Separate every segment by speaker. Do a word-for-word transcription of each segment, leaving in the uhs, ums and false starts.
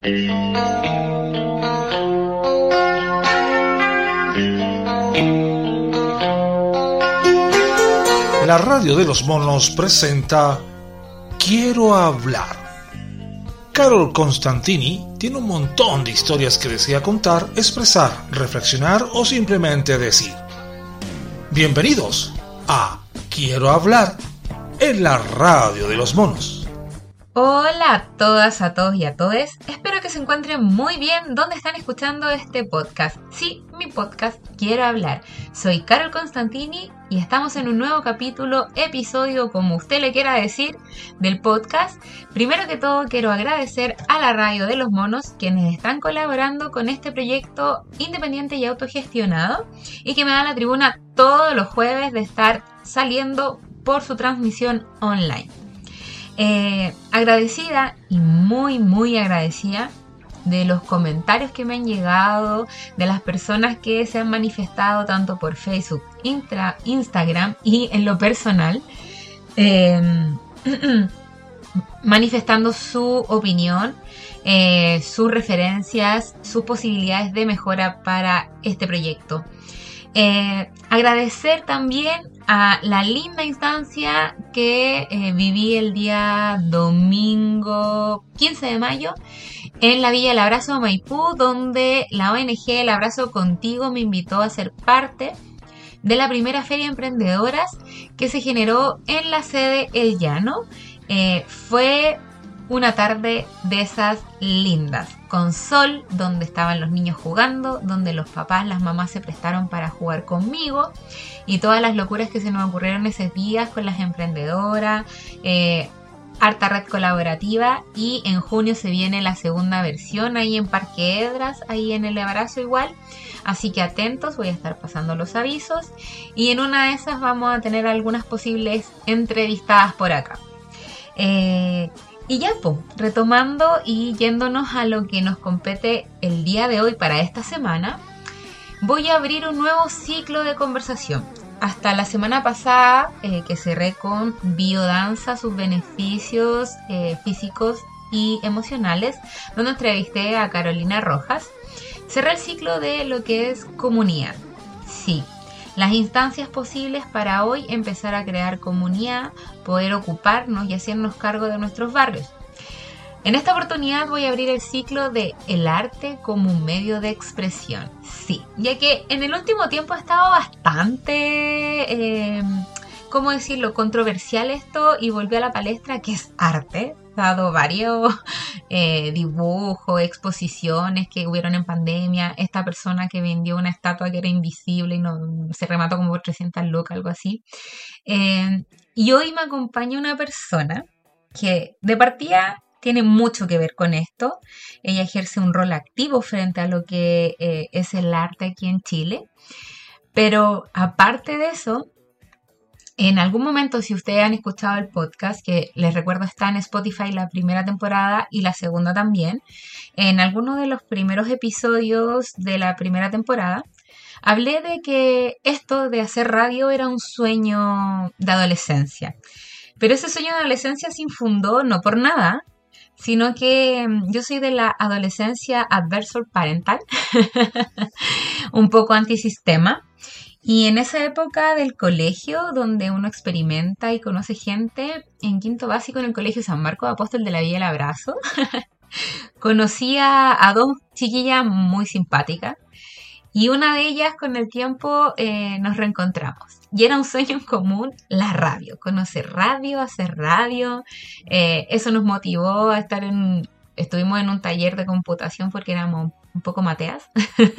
Speaker 1: La Radio de los Monos presenta Quiero Hablar. Carol Constantini tiene un montón de historias que desea contar, expresar, reflexionar o simplemente decir. Bienvenidos a Quiero Hablar en la Radio de los Monos.
Speaker 2: Hola a todas, a todos y a todes. Espero que se encuentren muy bien donde están escuchando este podcast. Sí, mi podcast Quiero Hablar. Soy Carol Constantini y estamos en un nuevo capítulo, episodio, como usted le quiera decir, del podcast. Primero que todo quiero agradecer a la Radio de los Monos, quienes están colaborando con este proyecto independiente y autogestionado y que me da la tribuna todos los jueves de estar saliendo por su transmisión online. Eh, agradecida y muy muy agradecida de los comentarios que me han llegado, de las personas que se han manifestado tanto por Facebook, intra, Instagram y en lo personal, eh, manifestando su opinión, eh, sus referencias, sus posibilidades de mejora para este proyecto. Eh, agradecer también a la linda instancia que eh, viví el día domingo quince de mayo en la Villa El Abrazo Maipú, donde la O N G El Abrazo Contigo me invitó a ser parte de la primera feria emprendedoras que se generó en la sede El Llano. Eh, fue una tarde de esas lindas, con sol, donde estaban los niños jugando, donde los papás, las mamás se prestaron para jugar conmigo y todas las locuras que se nos ocurrieron esos días con las emprendedoras, eh, harta red colaborativa, y en junio se viene la segunda versión ahí en Parque Edras, ahí en El Abrazo igual, así que atentos, voy a estar pasando los avisos y en una de esas vamos a tener algunas posibles entrevistadas por acá. Eh... Y ya, pues, retomando y yéndonos a lo que nos compete el día de hoy para esta semana, voy a abrir un nuevo ciclo de conversación. Hasta la semana pasada, eh, que cerré con biodanza, sus beneficios eh, físicos y emocionales, donde entrevisté a Carolina Rojas, cerré el ciclo de lo que es comunidad. Sí. Las instancias posibles para hoy empezar a crear comunidad, poder ocuparnos y hacernos cargo de nuestros barrios. En esta oportunidad voy a abrir el ciclo de el arte como un medio de expresión. Sí, ya que en el último tiempo ha estado bastante, eh, ¿cómo decirlo?, controversial esto y volvió a la palestra que es arte. He dado varios eh, dibujos, exposiciones que hubieron en pandemia. Esta persona que vendió una estatua que era invisible y no, se remató como por trescientas lucas, algo así. Eh, y hoy me acompaña una persona que de partida tiene mucho que ver con esto. Ella ejerce un rol activo frente a lo que eh, es el arte aquí en Chile. Pero aparte de eso, en algún momento, si ustedes han escuchado el podcast, que les recuerdo está en Spotify la primera temporada y la segunda también, en alguno de los primeros episodios de la primera temporada, hablé de que esto de hacer radio era un sueño de adolescencia. Pero ese sueño de adolescencia se infundó no por nada, sino que yo soy de la adolescencia adversor parental, un poco antisistema. Y en esa época del colegio, donde uno experimenta y conoce gente, en quinto básico en el colegio San Marcos Apóstol de la Villa El Abrazo, conocí a, a dos chiquillas muy simpáticas y una de ellas con el tiempo eh, nos reencontramos. Y era un sueño en común la radio, conocer radio, hacer radio. Eh, eso nos motivó a estar en... Estuvimos en un taller de computación porque éramos un poco mateas.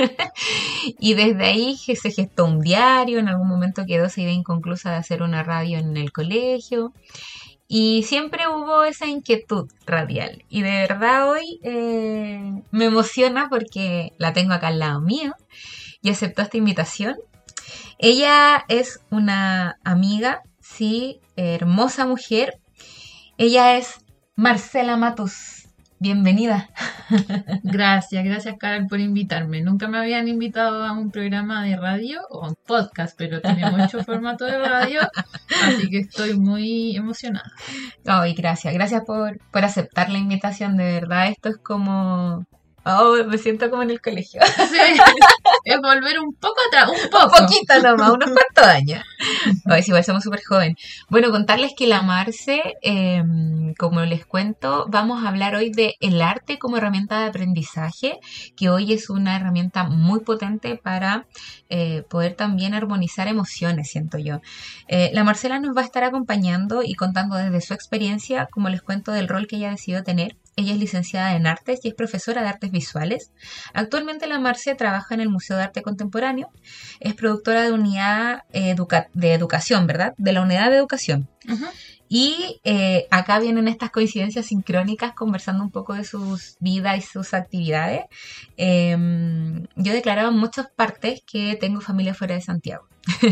Speaker 2: Y desde ahí se gestó un diario. En algún momento quedó esa idea inconclusa de hacer una radio en el colegio. Y siempre hubo esa inquietud radial. Y de verdad hoy eh, me emociona porque la tengo acá al lado mío. Y aceptó esta invitación. Ella es una amiga, sí, hermosa mujer. Ella es Marcela Matus. Bienvenida.
Speaker 3: Gracias, gracias Carol por invitarme. Nunca me habían invitado a un programa de radio o a un podcast, pero tiene mucho formato de radio, así que estoy muy emocionada.
Speaker 2: Ay, gracias, gracias por, por aceptar la invitación, de verdad, esto es como... Oh, me siento como en el colegio.
Speaker 3: Sí, es volver un poco atrás, un poco.
Speaker 2: Un poquito nomás, unos cuantos años. Ay, sí, igual somos súper jóvenes. Bueno, contarles que la Marce, eh, como les cuento, vamos a hablar hoy de el arte como herramienta de aprendizaje, que hoy es una herramienta muy potente para eh, poder también armonizar emociones, siento yo. Eh, la Marcela nos va a estar acompañando y contando desde su experiencia, como les cuento, del rol que ella decidió tener. Ella es licenciada en artes y es profesora de artes visuales. Actualmente la Marce trabaja en el Museo de Arte Contemporáneo. Es productora de unidad educa- de educación, ¿verdad? De la unidad de educación. Uh-huh. Y eh, acá vienen estas coincidencias sincrónicas conversando un poco de sus vidas y sus actividades. Eh, yo he declarado en muchas partes que tengo familia fuera de Santiago.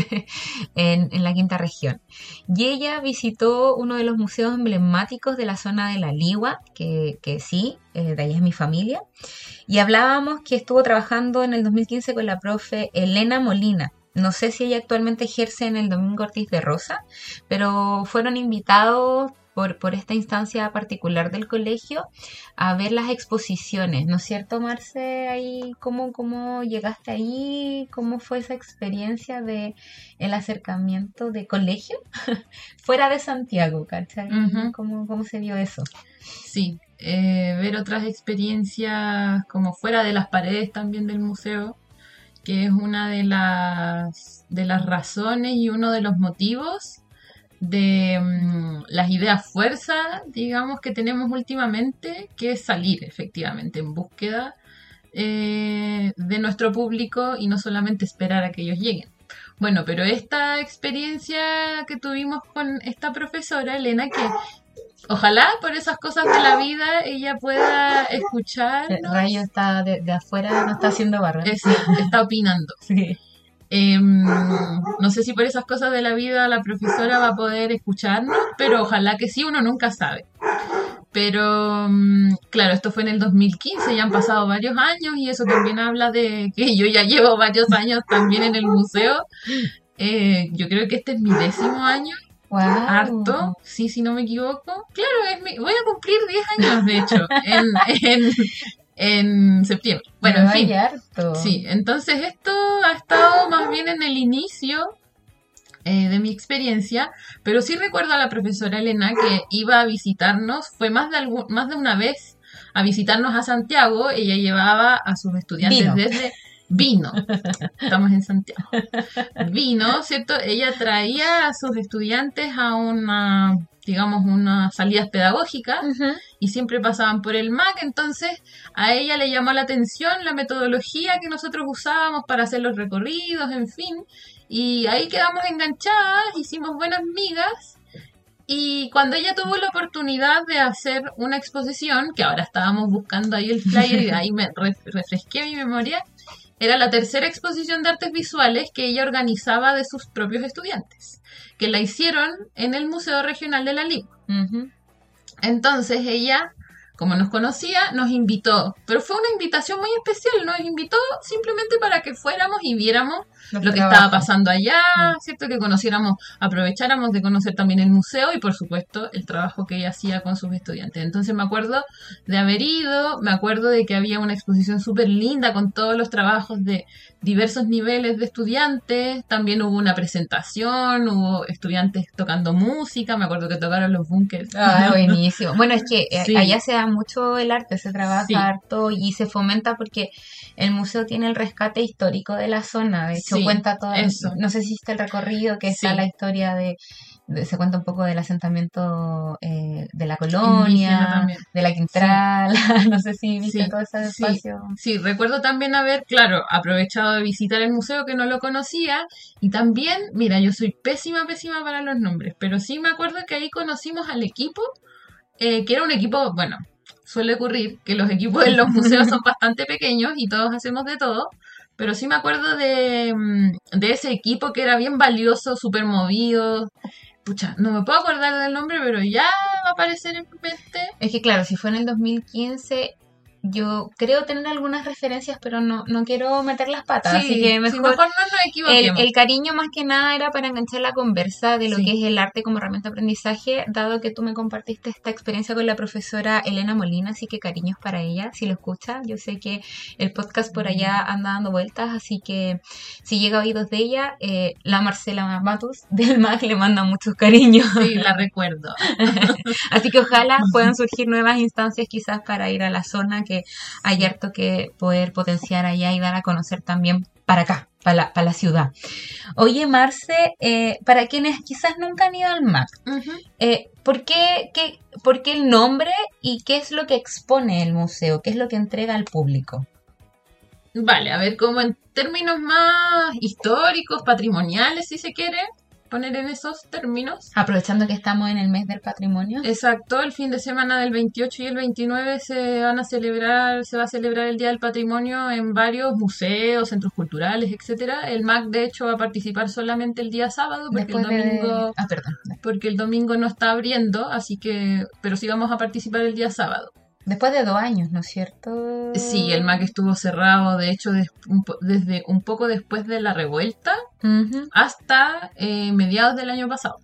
Speaker 2: en, en la quinta región. Y ella visitó uno de los museos emblemáticos de la zona de La Ligua, que, que sí, eh, de ahí es mi familia. Y hablábamos que estuvo trabajando en el dos mil quince con la profe Elena Molina. No sé si ella actualmente ejerce en el Domingo Ortiz de Rosa, pero fueron invitados por, por esta instancia particular del colegio a ver las exposiciones, ¿no es cierto, Marce? Ahí, ¿cómo, cómo llegaste ahí? ¿Cómo fue esa experiencia de el acercamiento de colegio fuera de Santiago, ¿cachai? Uh-huh. ¿Cómo, ¿Cómo se vio eso?
Speaker 3: Sí, eh, ver otras experiencias como fuera de las paredes también del museo, que es una de las, de las razones y uno de los motivos de um, las ideas fuerza, digamos, que tenemos últimamente, que es salir efectivamente en búsqueda eh, de nuestro público y no solamente esperar a que ellos lleguen. Bueno, pero esta experiencia que tuvimos con esta profesora, Elena, que ojalá por esas cosas de la vida ella pueda escuchar.
Speaker 2: El rayo está de, de afuera, no está haciendo barra.
Speaker 3: Eh, sí, está opinando.
Speaker 2: Sí.
Speaker 3: Eh, no sé si por esas cosas de la vida la profesora va a poder escucharnos, pero ojalá que sí, uno nunca sabe. Pero claro, esto fue en el dos mil quince, ya han pasado varios años y eso también habla de que yo ya llevo varios años también en el museo. Eh, yo creo que este es mi décimo año.
Speaker 2: Wow.
Speaker 3: Harto, sí, si no me equivoco. Claro, es mi, voy a cumplir diez años, de hecho, en, en, en septiembre. Bueno,
Speaker 2: no,
Speaker 3: en fin.
Speaker 2: Harto.
Speaker 3: Sí, entonces esto ha estado más bien en el inicio eh, de mi experiencia, pero sí recuerdo a la profesora Elena que iba a visitarnos, fue más de, algún, más de una vez a visitarnos a Santiago. Ella llevaba a sus estudiantes
Speaker 2: Vino.
Speaker 3: desde... Vino, estamos en Santiago. Vino, ¿cierto? Ella traía a sus estudiantes a una, digamos, unas salidas pedagógicas uh-huh. y siempre pasaban por el M A C, entonces a ella le llamó la atención la metodología que nosotros usábamos para hacer los recorridos, en fin, y ahí quedamos enganchadas, hicimos buenas migas. Y cuando ella tuvo la oportunidad de hacer una exposición, que ahora estábamos buscando ahí el flyer y ahí me refresqué mi memoria, era la tercera exposición de artes visuales que ella organizaba de sus propios estudiantes, que la hicieron en el Museo Regional de La Ligua. Uh-huh. Entonces ella, como nos conocía, nos invitó, pero fue una invitación muy especial, nos invitó simplemente para que fuéramos y viéramos Los lo que trabajos. Estaba pasando allá, uh-huh. ¿cierto? Que conociéramos, aprovecháramos de conocer también el museo y por supuesto el trabajo que ella hacía con sus estudiantes. Entonces me acuerdo de haber ido, me acuerdo de que había una exposición súper linda con todos los trabajos de diversos niveles de estudiantes, también hubo una presentación, hubo estudiantes tocando música, me acuerdo que tocaron los bunkers.
Speaker 2: Ah, buenísimo. Bueno, es que sí. allá se da mucho el arte, se trabaja sí. harto y se fomenta porque el museo tiene el rescate histórico de la zona, de hecho sí, cuenta todo, eso. No sé si hiciste el recorrido, que está sí. la historia de, de, se cuenta un poco del asentamiento eh, de la colonia, de la Quintral, sí. no sé si viste sí. todo ese espacio.
Speaker 3: Sí. sí, recuerdo también haber, claro, aprovechado de visitar el museo que no lo conocía y también, mira, yo soy pésima, pésima para los nombres, pero sí me acuerdo que ahí conocimos al equipo, eh, que era un equipo, bueno, suele ocurrir que los equipos en los museos son bastante pequeños y todos hacemos de todo, pero sí me acuerdo de, de ese equipo que era bien valioso, súper movido. Pucha, no me puedo acordar del nombre, pero ya va a aparecer en mi mente.
Speaker 2: Es que claro, si fue en el dos mil quince, yo creo tener algunas referencias, pero no, no quiero meter las patas,
Speaker 3: Sí,
Speaker 2: así que mejor,
Speaker 3: sí, mejor no nos
Speaker 2: el,
Speaker 3: equivoquemos.
Speaker 2: el cariño más que nada era para enganchar la conversa de lo
Speaker 3: Sí.
Speaker 2: que es el arte como herramienta de aprendizaje, dado que tú me compartiste esta experiencia con la profesora Elena Molina, así que cariños para ella, si lo escucha. Yo sé que el podcast por allá anda dando vueltas, así que si llega a oídos de ella, eh, la Marcela Matus del M A C le manda muchos cariños.
Speaker 3: Sí, la recuerdo.
Speaker 2: Así que ojalá puedan surgir nuevas instancias quizás para ir a la zona, que hay harto que poder potenciar allá y dar a conocer también para acá, para la, para la ciudad. Oye, Marce, eh, para quienes quizás nunca han ido al M A C,
Speaker 3: Ujú.
Speaker 2: eh, ¿por qué, qué, ¿por qué el nombre y qué es lo que expone el museo? ¿Qué es lo que entrega al público?
Speaker 3: Vale, a ver, como en términos más históricos, patrimoniales, si se quiere poner en esos términos.
Speaker 2: Aprovechando que estamos en el mes del patrimonio.
Speaker 3: Exacto, el fin de semana del veintiocho y el veintinueve se van a celebrar, se va a celebrar el Día del Patrimonio en varios museos, centros culturales, etcétera. El M A C de hecho va a participar solamente el día sábado porque
Speaker 2: Después
Speaker 3: el domingo
Speaker 2: de... Ah, perdón.
Speaker 3: porque el domingo no está abriendo, así que pero sí vamos a participar el día sábado.
Speaker 2: Después de dos años, ¿no es cierto?
Speaker 3: Sí, el M A C estuvo cerrado, de hecho, des- un po- desde un poco después de la revuelta
Speaker 2: Ujú.
Speaker 3: hasta eh, mediados del año pasado.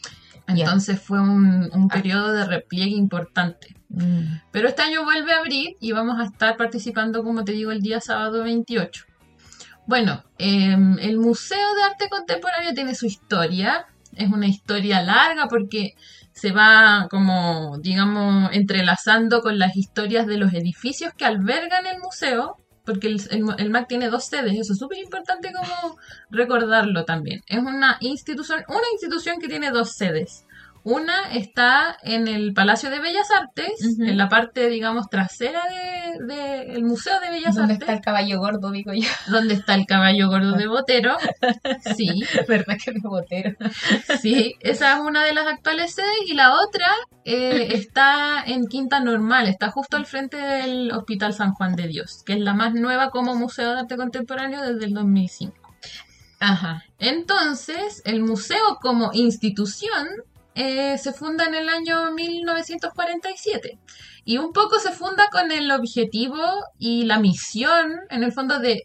Speaker 2: Ya.
Speaker 3: Entonces fue un, un
Speaker 2: Ah.
Speaker 3: periodo de repliegue importante.
Speaker 2: Mm.
Speaker 3: Pero este año vuelve a abrir y vamos a estar participando, como te digo, el día sábado veintiocho. Bueno, eh, el Museo de Arte Contemporáneo tiene su historia. Es una historia larga porque se va como, digamos, entrelazando con las historias de los edificios que albergan el museo, porque el, el, el M A C tiene dos sedes, eso es súper importante como recordarlo también. Es una institución, una institución que tiene dos sedes. Una está en el Palacio de Bellas Artes,
Speaker 2: Ujú.
Speaker 3: en la parte, digamos, trasera del de, el Museo de Bellas
Speaker 2: ¿Dónde
Speaker 3: Artes,
Speaker 2: está el caballo gordo, digo yo?
Speaker 3: donde está el caballo gordo de Botero. Sí,
Speaker 2: ¿Verdad que es botero?
Speaker 3: sí, esa es una de las actuales sedes y la otra eh, está en Quinta Normal, está justo al frente del Hospital San Juan de Dios, que es la más nueva como Museo de Arte Contemporáneo desde el dos mil cinco.
Speaker 2: Ajá.
Speaker 3: Entonces, el museo como institución eh, se funda en el año mil novecientos cuarenta y siete y un poco se funda con el objetivo y la misión, en el fondo, de,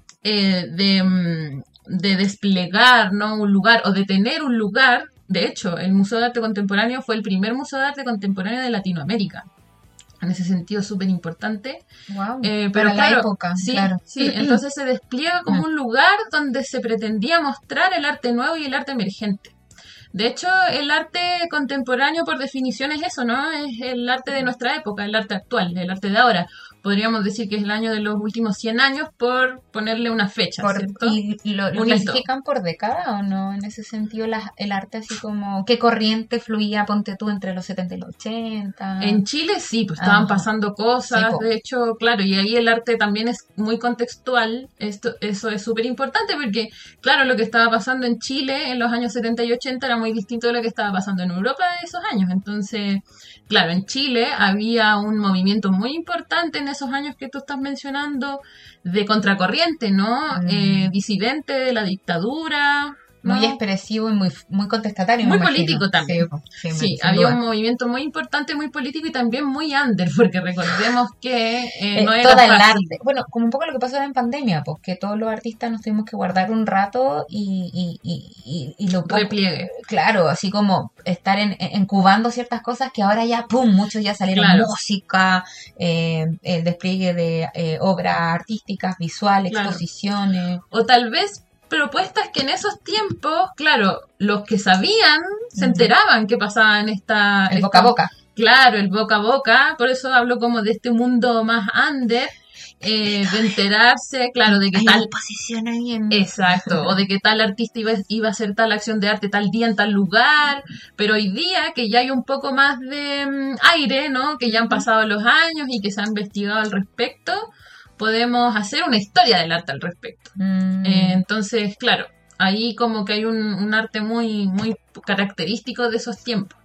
Speaker 3: eh, de, mm, de desplegar, ¿no?, un lugar o de tener un lugar. De hecho, el Museo de Arte Contemporáneo fue el primer museo de arte contemporáneo de Latinoamérica. En ese sentido, súper importante.
Speaker 2: Wow.
Speaker 3: Eh,
Speaker 2: Para
Speaker 3: pero
Speaker 2: la
Speaker 3: claro,
Speaker 2: época,
Speaker 3: sí,
Speaker 2: claro.
Speaker 3: sí, entonces se despliega como un lugar donde se pretendía mostrar el arte nuevo y el arte emergente. De hecho, el arte contemporáneo, por definición, es eso, ¿no? Es el arte de nuestra época, el arte actual, el arte de ahora. Podríamos decir que es el año de los últimos cien años por ponerle una fecha,
Speaker 2: Por-
Speaker 3: ¿cierto?
Speaker 2: ¿Y lo, lo
Speaker 3: Un hito.
Speaker 2: clasifican por década o no? En ese sentido, la- el arte así como... ¿Qué corriente fluía, ponte tú, entre los setenta y los ochenta?
Speaker 3: En Chile sí, pues estaban
Speaker 2: Ajá.
Speaker 3: pasando cosas,
Speaker 2: Sí, po.
Speaker 3: de hecho, claro, y ahí el arte también es muy contextual. Esto, eso es súper importante porque, claro, lo que estaba pasando en Chile en los años setenta y ochenta era muy distinto de lo que estaba pasando en Europa en esos años. Entonces, claro, en Chile había un movimiento muy importante en esos años que tú estás mencionando de contracorriente, ¿no?
Speaker 2: Mm.
Speaker 3: Eh, disidente de la dictadura, ¿no?
Speaker 2: Muy expresivo y muy, muy contestatario.
Speaker 3: Muy
Speaker 2: me imagino.
Speaker 3: político también.
Speaker 2: Sí, po, sí,
Speaker 3: Sí,
Speaker 2: sin
Speaker 3: había
Speaker 2: duda.
Speaker 3: un movimiento muy importante, muy político y también muy under, porque recordemos que eh,
Speaker 2: Eh,
Speaker 3: no era
Speaker 2: toda el
Speaker 3: fácil.
Speaker 2: arte. Bueno, como un poco lo que pasó ahora en pandemia, pues que todos los artistas nos tuvimos que guardar un rato y, y, y, y, y lo poco-
Speaker 3: Repliegue.
Speaker 2: claro, así como estar en, en- incubando ciertas cosas que ahora ya, pum, muchos ya salieron,
Speaker 3: Claro.
Speaker 2: música, eh, el despliegue de eh, obras artísticas, visuales,
Speaker 3: Claro.
Speaker 2: exposiciones.
Speaker 3: O tal vez propuestas que en esos tiempos, claro, los que sabían se
Speaker 2: Ujú.
Speaker 3: enteraban que pasaba en esta...
Speaker 2: El
Speaker 3: esta-
Speaker 2: boca a boca.
Speaker 3: Claro, el boca a boca, por eso hablo como de este mundo más under, eh, de enterarse, claro, de que
Speaker 2: Hay
Speaker 3: tal...
Speaker 2: exposición ahí en...
Speaker 3: Exacto, o de que tal artista iba, iba a hacer tal acción de arte tal día en tal lugar, pero hoy día que ya hay un poco más de mm, aire, ¿no? Que ya han pasado los años y que se ha investigado al respecto, podemos hacer una historia del arte al respecto.
Speaker 2: Mm.
Speaker 3: Eh, entonces, claro, ahí como que hay un, un arte muy, muy característico de esos tiempos.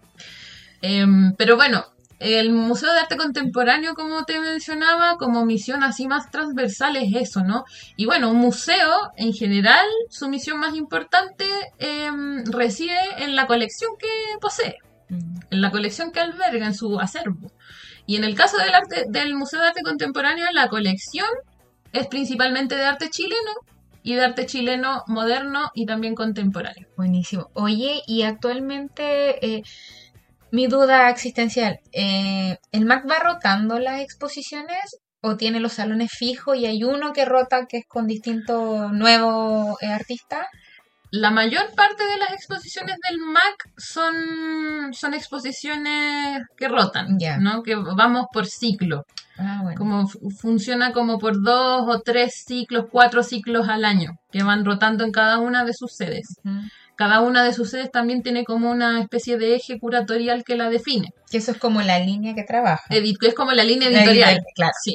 Speaker 3: Em, pero bueno, el Museo de Arte Contemporáneo, como te mencionaba, como misión así más transversal es eso, ¿no? Y bueno, un museo, en general, su misión más importante em, reside en la colección que posee,
Speaker 2: Mm.
Speaker 3: en la colección que alberga, en su acervo. Y en el caso del arte del Museo de Arte Contemporáneo, la colección es principalmente de arte chileno y de arte chileno moderno y también contemporáneo.
Speaker 2: Buenísimo. Oye, y actualmente, eh, mi duda existencial, eh, ¿el M A C va rotando las exposiciones o tiene los salones fijos y hay uno que rota que es con distintos nuevos eh, artistas?
Speaker 3: La mayor parte de las exposiciones del M A C son, son exposiciones que rotan,
Speaker 2: Ya.
Speaker 3: ¿no? Que vamos por ciclo.
Speaker 2: Ah, bueno.
Speaker 3: Como fu- funciona como por dos o tres ciclos, cuatro ciclos al año, que van rotando en cada una de sus sedes.
Speaker 2: Ujú.
Speaker 3: Cada una de sus sedes también tiene como una especie de eje curatorial que la define.
Speaker 2: Que eso es como la línea que trabaja.
Speaker 3: Edit- que es como la línea
Speaker 2: La
Speaker 3: editorial.
Speaker 2: editorial, claro.
Speaker 3: Sí.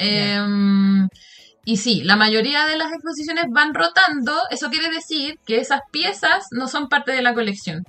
Speaker 3: Em, y sí, la mayoría de las exposiciones van rotando. Eso quiere decir que esas piezas no son parte de la colección.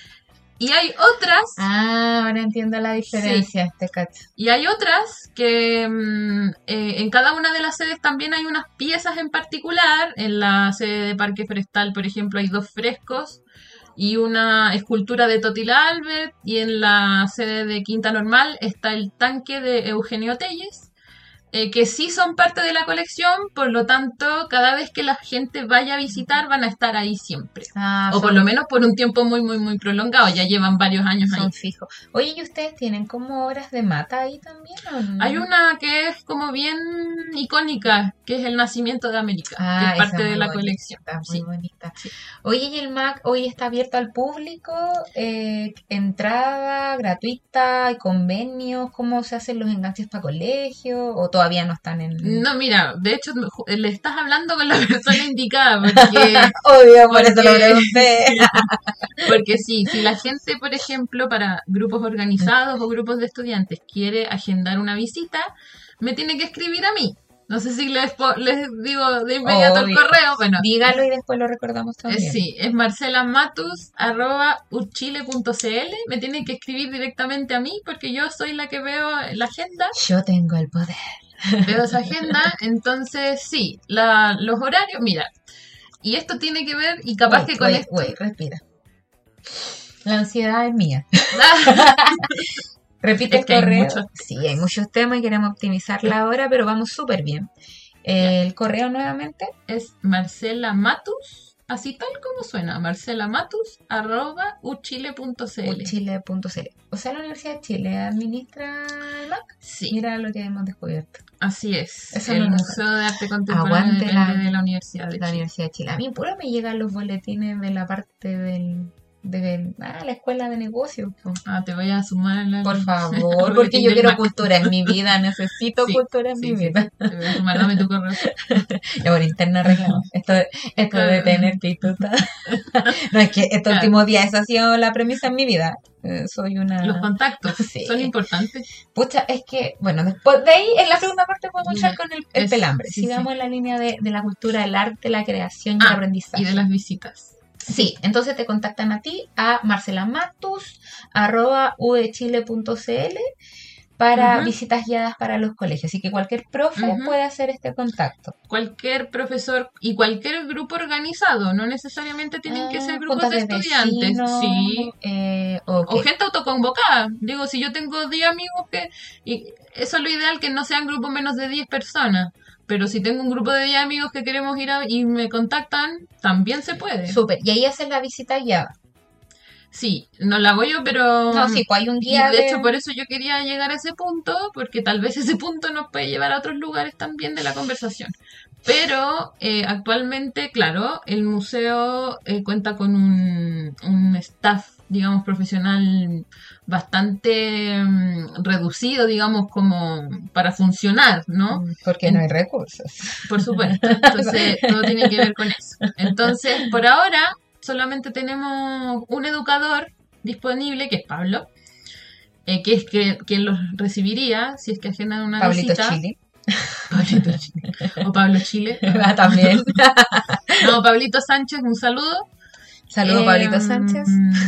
Speaker 3: Y hay otras,
Speaker 2: Ah, ahora entiendo la diferencia, te cacho.
Speaker 3: y hay otras que mm, eh, en cada una de las sedes también hay unas piezas en particular. En la sede de Parque Forestal, por ejemplo, hay dos frescos y una escultura de Totila Albert. Y en la sede de Quinta Normal está el tanque de Eugenio Telles. Eh, que sí son parte de la colección, por lo tanto, cada vez que la gente vaya a visitar van a estar ahí siempre.
Speaker 2: Ah,
Speaker 3: O por
Speaker 2: son-
Speaker 3: lo menos por un tiempo muy, muy, muy prolongado. Ya llevan varios años ahí.
Speaker 2: son fijos. Oye, ¿y ustedes tienen como obras de Mata ahí también o no?
Speaker 3: Hay una que es como bien icónica, que es El Nacimiento de América,
Speaker 2: Ah,
Speaker 3: que es
Speaker 2: esa
Speaker 3: parte de
Speaker 2: muy
Speaker 3: la
Speaker 2: bonita,
Speaker 3: colección.
Speaker 2: está muy
Speaker 3: Sí.
Speaker 2: bonita.
Speaker 3: Sí.
Speaker 2: Oye, ¿y el M A C hoy está abierto al público? Eh, ¿entrada gratuita? ¿Hay convenios? ¿Cómo se hacen los enganches para colegio? ¿O todavía no están en...?
Speaker 3: No, mira, de hecho ju- le estás hablando con la persona indicada, porque,
Speaker 2: Obvio, por
Speaker 3: porque-
Speaker 2: eso lo pregunté.
Speaker 3: porque sí, si la gente, por ejemplo, para grupos organizados o grupos de estudiantes quiere agendar una visita, me tiene que escribir a mí. No sé si les, po- les digo de inmediato el
Speaker 2: Obvio.
Speaker 3: correo, bueno.
Speaker 2: Dígalo y después lo recordamos
Speaker 3: Eh,
Speaker 2: también.
Speaker 3: sí, es marcelamatus arroba uchile punto cl. Me tienen que escribir directamente a mí porque yo soy la que veo la agenda,
Speaker 2: Yo tengo el poder.
Speaker 3: veo esa agenda. Entonces, sí, la, los horarios, mira, y esto tiene que ver, y capaz
Speaker 2: Wait,
Speaker 3: que con
Speaker 2: wait,
Speaker 3: esto.
Speaker 2: wait, respira. La ansiedad es mía. Repite
Speaker 3: Es
Speaker 2: el
Speaker 3: que hay
Speaker 2: correo.
Speaker 3: muchos
Speaker 2: Sí, hay muchos temas y queremos optimizarla ahora, pero vamos súper bien. Eh, el correo nuevamente.
Speaker 3: Es Marcela Matus, así tal como suena, Marcela Matus arroba uchile punto cl.
Speaker 2: Chile punto c l. O sea, la Universidad de Chile administra el M A C.
Speaker 3: Sí,
Speaker 2: Mira lo que hemos descubierto.
Speaker 3: así es.
Speaker 2: Eso
Speaker 3: el
Speaker 2: no lo
Speaker 3: Museo de Arte Contemporáneo
Speaker 2: Aguante
Speaker 3: depende
Speaker 2: la-
Speaker 3: de la Universidad de
Speaker 2: La
Speaker 3: Chile.
Speaker 2: Universidad de Chile. A mí puro me llegan los boletines de la parte del... de ah, la escuela de negocios. po.
Speaker 3: Ah, te voy a sumar a la...
Speaker 2: Por favor,
Speaker 3: al
Speaker 2: porque
Speaker 3: boletín
Speaker 2: yo
Speaker 3: del
Speaker 2: quiero
Speaker 3: M A C.
Speaker 2: cultura en mi vida. Necesito
Speaker 3: Sí,
Speaker 2: cultura en
Speaker 3: Sí,
Speaker 2: mi
Speaker 3: sí,
Speaker 2: vida.
Speaker 3: te voy a sumar, dame tu correo.
Speaker 2: Ya por interno arreglamos. Esto, esto de tener que tú estás- No, es que estos
Speaker 3: Claro.
Speaker 2: últimos días esa ha sido la premisa en mi vida. Eh, soy una...
Speaker 3: Los contactos
Speaker 2: Sí.
Speaker 3: son importantes.
Speaker 2: Pucha, es que, bueno, después de ahí, en la segunda parte podemos
Speaker 3: Ya.
Speaker 2: entrar con el, el
Speaker 3: Es-
Speaker 2: pelambre.
Speaker 3: sí,
Speaker 2: Sigamos
Speaker 3: sí.
Speaker 2: en la línea de, de la cultura, del arte, la creación y el
Speaker 3: Ah,
Speaker 2: aprendizaje.
Speaker 3: y de las visitas.
Speaker 2: Sí, entonces te contactan a ti, a marcelamatus, arroba udechile punto cl, para
Speaker 3: Ujú.
Speaker 2: visitas guiadas para los colegios. Así que cualquier profe
Speaker 3: Ujú.
Speaker 2: puede hacer este contacto.
Speaker 3: Cualquier profesor y cualquier grupo organizado, no necesariamente tienen que
Speaker 2: Ah,
Speaker 3: ser grupos
Speaker 2: juntas
Speaker 3: de estudiantes.
Speaker 2: vecinos,
Speaker 3: Sí.
Speaker 2: eh, ok.
Speaker 3: O gente autoconvocada. Digo, si yo tengo diez amigos que... Y eso es lo ideal, que no sean grupos menos de diez personas. Pero si tengo un grupo de diez amigos que queremos ir a, y me contactan, también se puede.
Speaker 2: Súper. Y ahí haces la visita guiada.
Speaker 3: Sí, no la hago yo, pero...
Speaker 2: No, sí, pues hay un
Speaker 3: Y
Speaker 2: guía
Speaker 3: de hecho por eso yo quería llegar a ese punto, porque tal vez ese punto nos puede llevar a otros lugares también de la conversación. Pero eh, actualmente, claro, el museo eh, cuenta con un, un staff, digamos, profesional bastante mm, reducido, digamos, como para funcionar, ¿no?
Speaker 2: Porque no hay recursos.
Speaker 3: Por supuesto. Entonces, todo tiene que ver con eso. Entonces, por ahora, solamente tenemos un educador disponible, que es Pablo, eh, que es que, quien los recibiría si es que agendan una
Speaker 2: Pablito
Speaker 3: visita.
Speaker 2: Chile.
Speaker 3: Pablito Chile. O Pablo Chile.
Speaker 2: Ah, también.
Speaker 3: No, Pablito Sánchez, un saludo.
Speaker 2: Saludos,
Speaker 3: Eh,
Speaker 2: Pablito Sánchez.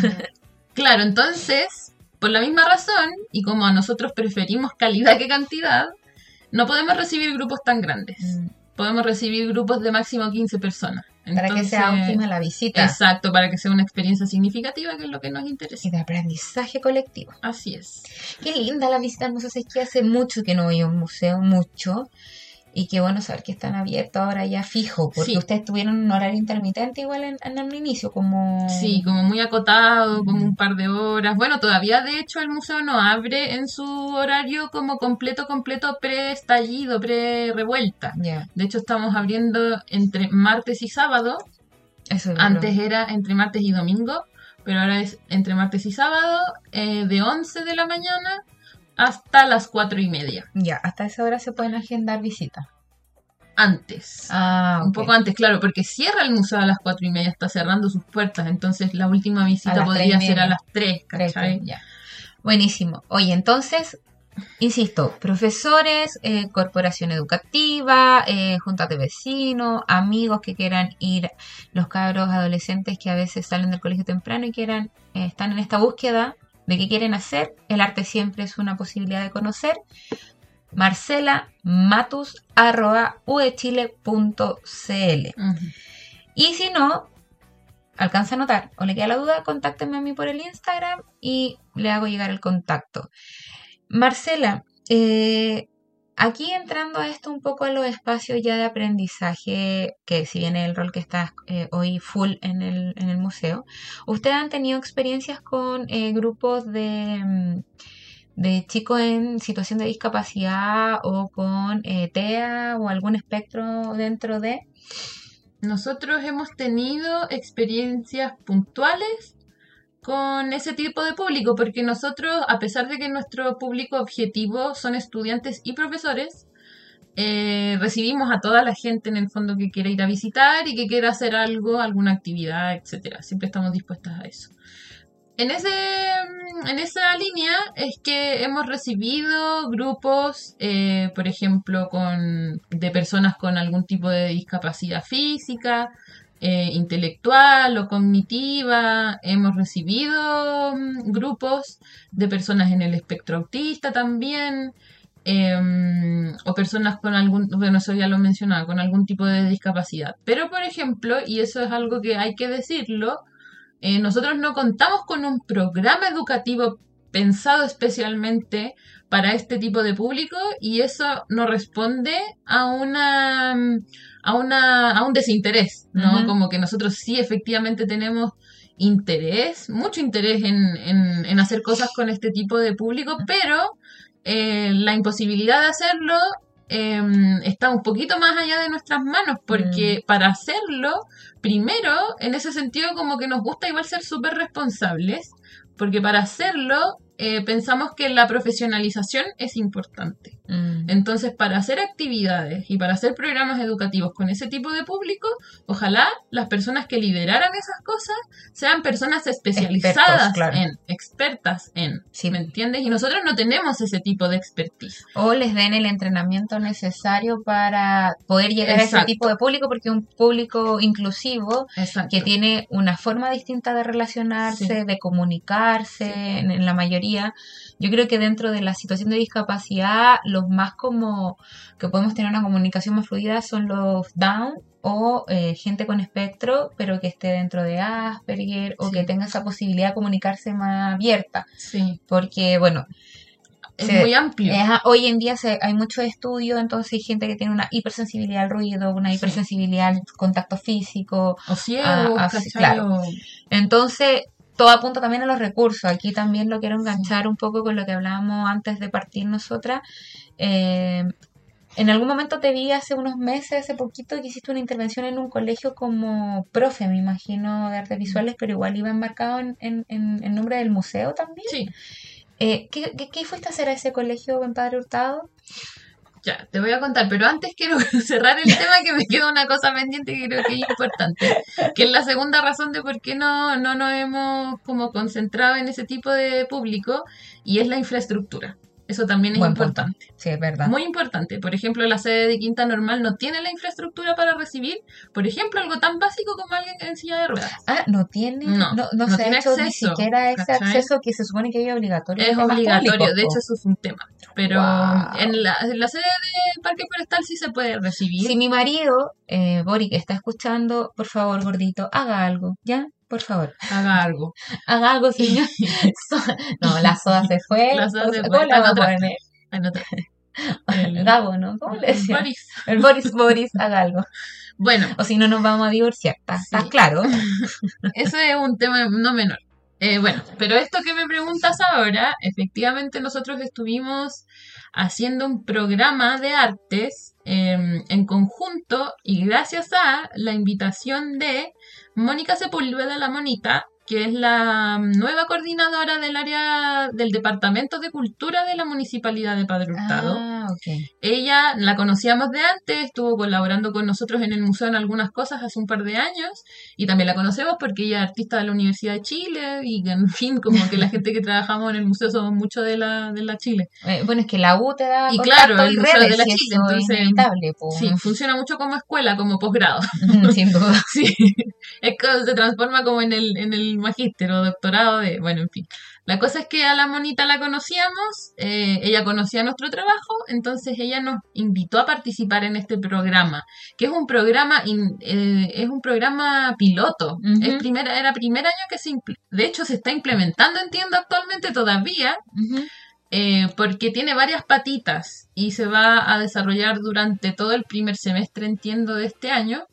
Speaker 3: Claro, entonces, por la misma razón, y como a nosotros preferimos calidad que cantidad, no podemos recibir grupos tan grandes.
Speaker 2: Mm.
Speaker 3: Podemos recibir grupos de máximo quince personas.
Speaker 2: Para
Speaker 3: Entonces,
Speaker 2: que sea óptima la visita.
Speaker 3: Exacto, para que sea una experiencia significativa, que es lo que nos interesa.
Speaker 2: Y de aprendizaje colectivo.
Speaker 3: Así es.
Speaker 2: Qué linda la visita al museo. Es que hace mucho que no voy a un museo, mucho. Y qué bueno saber que están abiertos ahora ya fijo, porque
Speaker 3: Sí.
Speaker 2: ustedes tuvieron un horario intermitente igual en, en un inicio, como...
Speaker 3: Sí, como muy acotado, como un par de horas. Bueno, todavía de hecho el museo no abre en su horario como completo, completo pre-estallido, pre-revuelta.
Speaker 2: Ya,
Speaker 3: De hecho estamos abriendo entre martes y sábado.
Speaker 2: eso es
Speaker 3: Antes era entre martes y domingo, pero ahora es entre martes y sábado, eh, de once de la mañana hasta las cuatro y media.
Speaker 2: Ya, hasta esa hora se pueden agendar visitas.
Speaker 3: Antes.
Speaker 2: Ah,
Speaker 3: Un
Speaker 2: ok.
Speaker 3: poco antes, claro, porque cierra el museo a las cuatro y media, está cerrando sus puertas, entonces la última
Speaker 2: A
Speaker 3: visita
Speaker 2: las
Speaker 3: podría
Speaker 2: tres y
Speaker 3: ser a
Speaker 2: media.
Speaker 3: las tres,
Speaker 2: Tres,
Speaker 3: ¿cachai?
Speaker 2: ya. Buenísimo. Oye, entonces, insisto, profesores, eh, corporación educativa, eh, juntas de vecinos, amigos que quieran ir, los cabros adolescentes que a veces salen del colegio temprano y quieran, eh, están en esta búsqueda de qué quieren hacer. El arte siempre es una posibilidad de conocer. Marcela Matus arroba udechile punto cl.
Speaker 3: Ujú.
Speaker 2: Y si no alcanza a notar o le queda la duda, contáctenme a mí por el Instagram y le hago llegar el contacto. Marcela, eh, aquí entrando a esto un poco a los espacios ya de aprendizaje, que si bien es el rol que estás eh, hoy full en el, en el museo, ¿ustedes han tenido experiencias con eh, grupos de, mm, de chicos en situación de discapacidad o con eh, T E A o algún espectro dentro de?
Speaker 3: Nosotros hemos tenido experiencias puntuales con ese tipo de público, porque nosotros, a pesar de que nuestro público objetivo son estudiantes y profesores, eh, recibimos a toda la gente en el fondo que quiera ir a visitar y que quiera hacer algo, alguna actividad, etcétera. Siempre estamos dispuestas a eso. En, ese, en esa línea es que hemos recibido grupos, eh, por ejemplo, con, de personas con algún tipo de discapacidad física, eh, intelectual o cognitiva. Hemos recibido mm, grupos de personas en el espectro autista también, eh, o personas con algún, bueno, eso ya lo mencionaba, con algún tipo de discapacidad. Pero, por ejemplo, y eso es algo que hay que decirlo, Eh, nosotros no contamos con un programa educativo pensado especialmente para este tipo de público, y eso no responde a una a una a un desinterés, ¿no?
Speaker 2: Ujú.
Speaker 3: Como que nosotros sí efectivamente tenemos interés, mucho interés en, en, en hacer cosas con este tipo de público, pero eh, la imposibilidad de hacerlo eh, está un poquito más allá de nuestras manos, porque
Speaker 2: Mm.
Speaker 3: para hacerlo, primero, en ese sentido, como que nos gusta igual ser súper responsables, porque para hacerlo eh, pensamos que la profesionalización es importante.
Speaker 2: Mm.
Speaker 3: Entonces, para hacer actividades y para hacer programas educativos con ese tipo de público, ojalá las personas que lideraran esas cosas sean personas especializadas
Speaker 2: Expertos, claro.
Speaker 3: en, expertas en,
Speaker 2: Sí.
Speaker 3: ¿me entiendes? Y nosotros no tenemos ese tipo de expertise.
Speaker 2: O les den el entrenamiento necesario para poder llegar a ese
Speaker 3: Exacto.
Speaker 2: tipo de público, porque es un público inclusivo
Speaker 3: Exacto.
Speaker 2: que tiene una forma distinta de relacionarse,
Speaker 3: Sí.
Speaker 2: de comunicarse,
Speaker 3: Sí.
Speaker 2: en, en la mayoría. Yo creo que dentro de la situación de discapacidad, los más como que podemos tener una comunicación más fluida son los Down o eh, gente con espectro, pero que esté dentro de Asperger o
Speaker 3: Sí.
Speaker 2: que tenga esa posibilidad de comunicarse más abierta.
Speaker 3: Sí.
Speaker 2: Porque, bueno,
Speaker 3: Es
Speaker 2: se-
Speaker 3: muy amplio.
Speaker 2: Ajá, hoy en día se, hay muchos estudios, entonces hay gente que tiene una hipersensibilidad al ruido, una
Speaker 3: Sí.
Speaker 2: hipersensibilidad al contacto físico.
Speaker 3: O ciegos,
Speaker 2: Ah, ah,
Speaker 3: ¿cachai?
Speaker 2: claro.
Speaker 3: O-
Speaker 2: Entonces, todo apunta también a los recursos. Aquí también lo quiero enganchar un poco con lo que hablábamos antes de partir nosotras. Eh, en algún momento te vi hace unos meses, hace poquito, que hiciste una intervención en un colegio como profe, me imagino, de artes visuales, pero igual iba embarcado en, en, en el nombre del museo también.
Speaker 3: Sí.
Speaker 2: Eh, ¿qué, qué, qué fuiste a hacer a ese colegio en Padre Hurtado?
Speaker 3: Ya, te voy a contar, pero antes quiero cerrar el tema, que me queda una cosa pendiente que creo que es importante, que es la segunda razón de por qué no, no nos hemos como concentrado en ese tipo de público, y es la infraestructura. Eso también es
Speaker 2: Buen
Speaker 3: importante.
Speaker 2: punto. Sí, es verdad.
Speaker 3: Muy importante. Por ejemplo, la sede de Quinta Normal no tiene la infraestructura para recibir, por ejemplo, algo tan básico como alguien en silla de ruedas.
Speaker 2: Ah, no tiene,
Speaker 3: No,
Speaker 2: no, no,
Speaker 3: no
Speaker 2: se
Speaker 3: tiene
Speaker 2: ha hecho
Speaker 3: acceso,
Speaker 2: ni siquiera ese
Speaker 3: ¿cachai?
Speaker 2: acceso que se supone que es obligatorio.
Speaker 3: Es
Speaker 2: en temas
Speaker 3: obligatorio,
Speaker 2: públicos,
Speaker 3: de
Speaker 2: po.
Speaker 3: hecho eso es un tema. Pero
Speaker 2: Wow.
Speaker 3: en, la, en la sede de Parque Forestal sí se puede recibir.
Speaker 2: Si mi marido, eh, Boric, está escuchando, por favor, gordito, haga algo, ¿ya? Por favor.
Speaker 3: Haga algo.
Speaker 2: Haga algo, señor. So- no, la soda se fue.
Speaker 3: La soda se
Speaker 2: ¿Cómo
Speaker 3: fue.
Speaker 2: la vamos a
Speaker 3: Otra.
Speaker 2: poner?
Speaker 3: Anota.
Speaker 2: El
Speaker 3: El-
Speaker 2: Gabo, ¿no? ¿Cómo le decía?
Speaker 3: Boris.
Speaker 2: El Boris, Boris, haga algo.
Speaker 3: Bueno,
Speaker 2: O si no, nos vamos a divorciar. ¿Está,
Speaker 3: Sí.
Speaker 2: está claro?
Speaker 3: ese es un tema no menor. Eh, bueno, pero esto que me preguntas ahora, efectivamente nosotros estuvimos haciendo un programa de artes eh, en conjunto y gracias a la invitación de Mónica Sepúlveda, la Monita, que es la nueva coordinadora del área del Departamento de Cultura de la Municipalidad de Padre Hurtado.
Speaker 2: Ah, ok.
Speaker 3: Ella la conocíamos de antes, estuvo colaborando con nosotros en el museo en algunas cosas hace un par de años y también la conocemos porque ella es artista de la Universidad de Chile y en fin, como que la gente que trabajamos en el museo somos mucho de la, de la Chile.
Speaker 2: Eh, bueno, es que la U te da
Speaker 3: Y
Speaker 2: contacto
Speaker 3: claro, el
Speaker 2: y
Speaker 3: Museo
Speaker 2: redes,
Speaker 3: de la
Speaker 2: y
Speaker 3: Chile,
Speaker 2: eso es
Speaker 3: entonces-
Speaker 2: inevitable, po.
Speaker 3: Sí, funciona mucho como escuela, como posgrado.
Speaker 2: Sin duda.
Speaker 3: Sí, es que se transforma como en el, en el magíster o doctorado de, bueno, en fin. La cosa es que a la Monita la conocíamos, eh, ella conocía nuestro trabajo, entonces ella nos invitó a participar en este programa, que es un programa, in- eh, es un programa piloto.
Speaker 2: Ujú.
Speaker 3: Es primera, era primer año que se, impl- de hecho se está implementando, entiendo actualmente todavía,
Speaker 2: Ujú.
Speaker 3: eh, porque tiene varias patitas y se va a desarrollar durante todo el primer semestre, entiendo, de este año.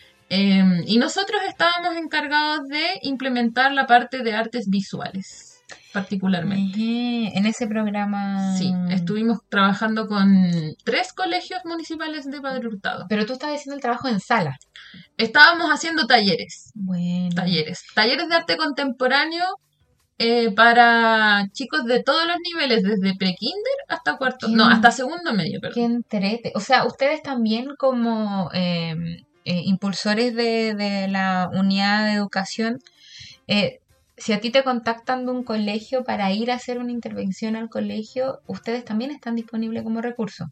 Speaker 3: Eh, y nosotros estábamos encargados de implementar la parte de artes visuales, particularmente.
Speaker 2: Ejé, En ese programa.
Speaker 3: Sí, estuvimos trabajando con tres colegios municipales de Padre Hurtado.
Speaker 2: Pero tú estabas haciendo el trabajo en sala.
Speaker 3: Estábamos haciendo talleres,
Speaker 2: Bueno.
Speaker 3: talleres, talleres de arte contemporáneo eh, para chicos de todos los niveles, desde pre-kinder hasta cuarto,
Speaker 2: Qué-
Speaker 3: no, hasta segundo medio, perdón.
Speaker 2: Qué entrete. O sea, ustedes también como eh, eh, impulsores de, de la unidad de educación, eh, si a ti te contactan de un colegio para ir a hacer una intervención al colegio, ¿ustedes también están disponibles como recurso?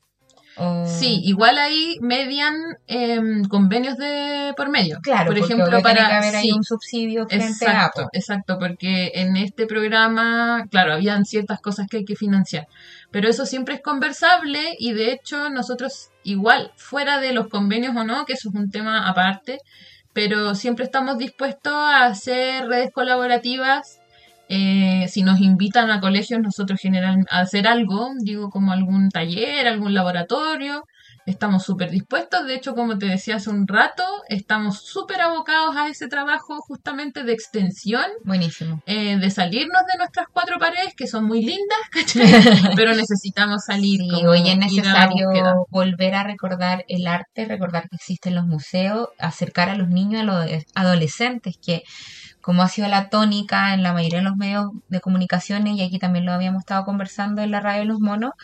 Speaker 2: O-
Speaker 3: Sí, igual ahí median em, convenios de por medio.
Speaker 2: Claro,
Speaker 3: por
Speaker 2: porque
Speaker 3: ejemplo,
Speaker 2: obvio tiene
Speaker 3: para
Speaker 2: que haber ahí
Speaker 3: sí,
Speaker 2: un subsidio frente
Speaker 3: exacto,
Speaker 2: a... po.
Speaker 3: exacto, porque en este programa, claro, habían ciertas cosas que hay que financiar, pero eso siempre es conversable y de hecho nosotros igual fuera de los convenios o no, que eso es un tema aparte, pero siempre estamos dispuestos a hacer redes colaborativas. Eh, si nos invitan a colegios, nosotros generalmente a hacer algo, digo como algún taller, algún laboratorio, estamos súper dispuestos. De hecho, como te decía hace un rato, estamos súper abocados a ese trabajo justamente de extensión,
Speaker 2: Buenísimo.
Speaker 3: eh, de salirnos de nuestras cuatro paredes, que son muy lindas, ¿cachai? Pero necesitamos salir.
Speaker 2: Sí,
Speaker 3: como
Speaker 2: hoy es
Speaker 3: ir a la
Speaker 2: necesario
Speaker 3: búsqueda.
Speaker 2: volver a recordar el arte, recordar que existen los museos, acercar a los niños, a los adolescentes, que como ha sido la tónica en la mayoría de los medios de comunicaciones, y aquí también lo habíamos estado conversando en la radio de los monos,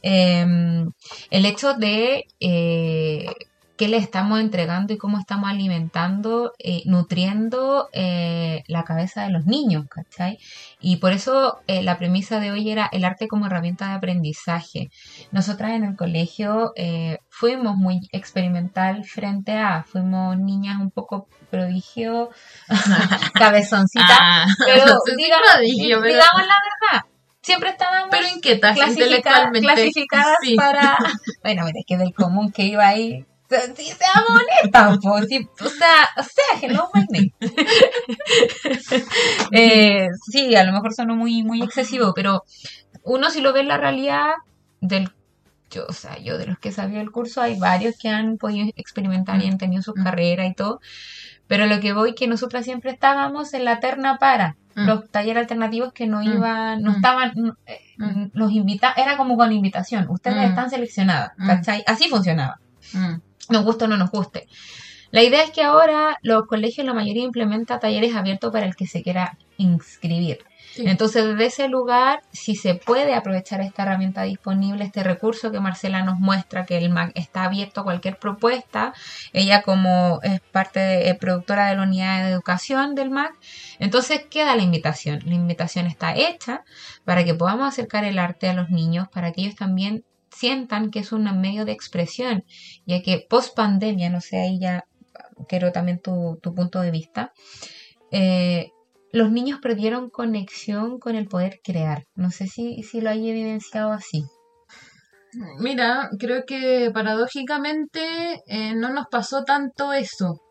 Speaker 2: eh, el hecho de eh, qué le estamos entregando y cómo estamos alimentando, eh, nutriendo eh, la cabeza de los niños, ¿cachai? Y por eso eh, la premisa de hoy era el arte como herramienta de aprendizaje. Nosotras en el colegio eh, fuimos muy experimental frente a, fuimos niñas un poco prodigio, cabezoncita,
Speaker 3: Ah,
Speaker 2: pero,
Speaker 3: no sé si
Speaker 2: digamos,
Speaker 3: prodigio, pero-
Speaker 2: digamos la verdad, siempre estábamos
Speaker 3: pero inquietas
Speaker 2: clasifica-
Speaker 3: intelectualmente.
Speaker 2: clasificadas
Speaker 3: Sí.
Speaker 2: para... Bueno, mira, es que del común que iba ahí... Sí, seamos honestas, po, sí, o sea, o sea, hello my name. eh, sí, a lo mejor sonó muy, muy excesivo, pero uno si lo ve en la realidad del... Yo, o sea, yo de los que sabía el curso, hay varios que han podido experimentar y han tenido sus
Speaker 3: Mm.
Speaker 2: carreras y todo, pero lo que voy que nosotras siempre estábamos en la terna para
Speaker 3: Mm.
Speaker 2: los talleres alternativos que no
Speaker 3: Mm.
Speaker 2: iban, no
Speaker 3: Mm.
Speaker 2: estaban, mm, eh,
Speaker 3: Mm.
Speaker 2: los invita, era como con invitación, ustedes
Speaker 3: Mm.
Speaker 2: están seleccionadas,
Speaker 3: Mm.
Speaker 2: ¿cachai? Así funcionaba,
Speaker 3: Mm.
Speaker 2: nos guste o no nos guste. La idea es que ahora los colegios, la mayoría implementa talleres abiertos para el que se quiera inscribir. Sí. Entonces, desde ese lugar, si se puede aprovechar esta herramienta disponible, este recurso que Marcela nos muestra, que el M A C está abierto a cualquier propuesta, ella como es parte de, eh, productora de la unidad de educación del M A C, entonces queda la invitación. La invitación está hecha para que podamos acercar el arte a los niños, para que ellos también sientan que es un medio de expresión, ya que post pandemia, no sé, ahí ya quiero también tu, tu punto de vista, eh, los niños perdieron conexión con el poder crear. No sé si, si lo hay evidenciado así.
Speaker 3: Mira, creo que paradójicamente eh, no nos pasó tanto eso,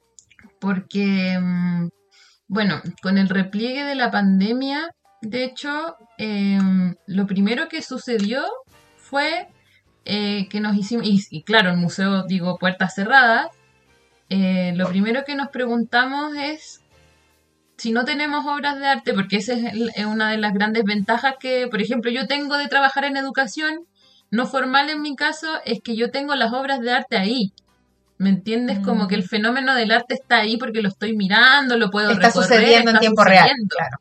Speaker 3: porque, bueno, con el repliegue de la pandemia, de hecho, eh, lo primero que sucedió fue eh, que nos hicimos, y, y claro, el museo, digo, puertas cerradas, eh, lo primero que nos preguntamos es, si no tenemos obras de arte, porque esa es una de las grandes ventajas que, por ejemplo, yo tengo de trabajar en educación no formal en mi caso, es que yo tengo las obras de arte ahí. ¿Me entiendes? Mm. Como que el fenómeno del arte está ahí porque lo estoy mirando, lo puedo
Speaker 2: está
Speaker 3: recorrer.
Speaker 2: Sucediendo está en tiempo sucediendo real, claro.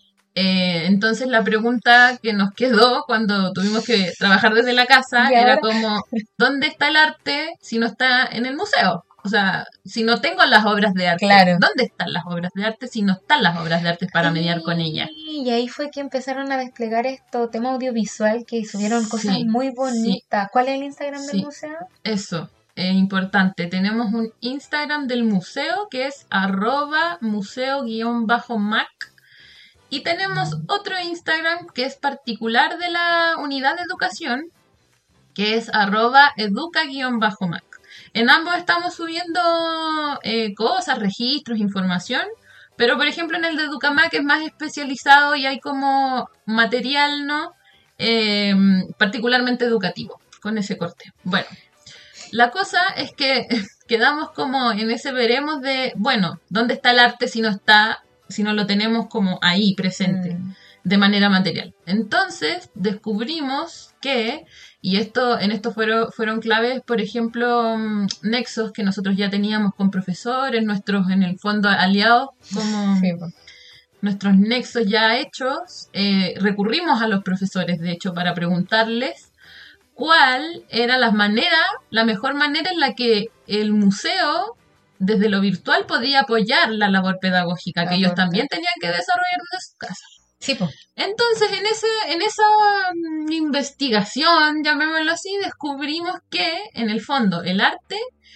Speaker 3: Eh, entonces la pregunta que nos quedó cuando tuvimos que trabajar desde la casa era como, ¿dónde está el arte si no está en el museo? O sea, si no tengo las obras de arte,
Speaker 2: claro.
Speaker 3: ¿Dónde están las obras de arte si no están las obras de arte para sí, mediar con ellas?
Speaker 2: Y ahí fue que empezaron a desplegar esto, tema audiovisual, que subieron cosas sí, muy bonitas. Sí. ¿Cuál es el Instagram sí, del museo?
Speaker 3: Eso, es importante. Tenemos un Instagram del museo que es arroba museo-mac. Y tenemos otro Instagram que es particular de la unidad de educación, que es arroba educa-mac. En ambos estamos subiendo eh, cosas, registros, información, pero por ejemplo en el de Educamac es más especializado y hay como material, ¿no? Eh, particularmente educativo, con ese corte. Bueno, la cosa es que quedamos como en ese veremos de, bueno, ¿dónde está el arte si no está, si no lo tenemos como ahí presente? Mm. De manera material. Entonces descubrimos que, y esto en esto fueron, fueron claves, por ejemplo, nexos que nosotros ya teníamos con profesores, nuestros en el fondo aliados, como sí, pues. Nuestros nexos ya hechos, eh, recurrimos a los profesores, de hecho, para preguntarles cuál era la manera, la mejor manera en la que el museo desde lo virtual podía apoyar la labor pedagógica, la que ellos también tenían que desarrollar desde su casa.
Speaker 2: Sí, pues.
Speaker 3: Entonces, en ese, en esa um, investigación, llamémoslo así, descubrimos que, en el fondo, el arte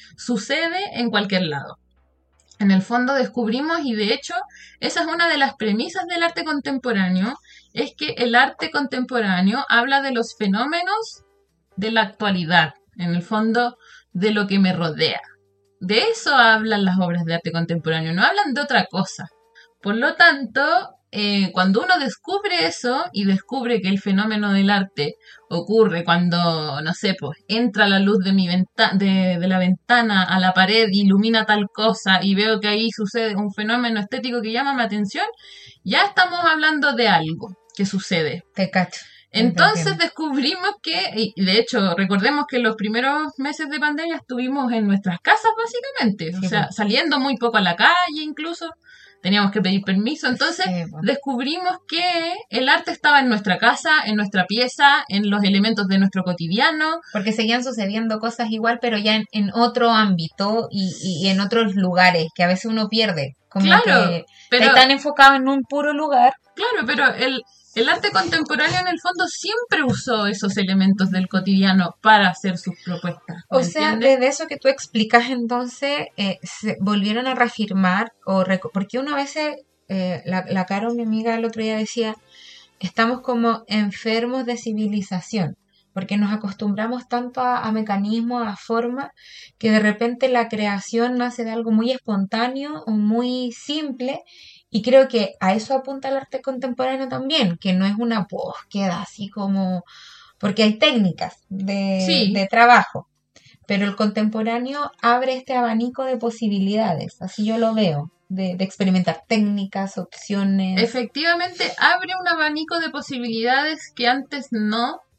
Speaker 3: sucede en cualquier lado. En el fondo descubrimos, y de hecho, esa es una de las premisas del arte contemporáneo, es que el arte contemporáneo habla de los fenómenos de la actualidad, en el fondo, de lo que me rodea. De eso hablan las obras de arte contemporáneo, no hablan de otra cosa. Por lo tanto, Eh, cuando uno descubre eso y descubre que el fenómeno del arte ocurre cuando, no sé, pues entra la luz de mi venta- de, de la ventana a la pared, ilumina tal cosa y veo que ahí sucede un fenómeno estético que llama mi atención, ya estamos hablando de algo que sucede.
Speaker 2: Te cacho.
Speaker 3: Entonces descubrimos que, y de hecho, recordemos que los primeros meses de pandemia estuvimos en nuestras casas básicamente, sí, o sea, pues. Saliendo muy poco a la calle incluso. Teníamos que pedir permiso, entonces sí, bueno. Descubrimos que el arte estaba en nuestra casa, en nuestra pieza, en los elementos de nuestro cotidiano.
Speaker 2: Porque seguían sucediendo cosas igual, pero ya en, en otro ámbito y, y, y en otros lugares, que a veces uno pierde. Como
Speaker 3: claro,
Speaker 2: que
Speaker 3: pero...
Speaker 2: está tan enfocado en un puro lugar.
Speaker 3: Claro, pero el... El arte contemporáneo en el fondo siempre usó esos elementos del cotidiano para hacer sus propuestas.
Speaker 2: O sea, entiendes? Desde eso que tú explicas entonces, eh, se volvieron a reafirmar, o rec- porque una vez, eh, la, la Caro, mi amiga, el otro día decía, estamos como enfermos de civilización, porque nos acostumbramos tanto a, a mecanismos, a formas, que de repente la creación nace de algo muy espontáneo o muy simple. Y creo que a eso apunta el arte contemporáneo también, que no es una búsqueda así como... Porque hay técnicas de,
Speaker 3: sí.
Speaker 2: de trabajo, pero el contemporáneo abre este abanico de posibilidades, así yo lo veo, de, de experimentar técnicas, opciones.
Speaker 3: Efectivamente, abre un abanico de posibilidades que antes no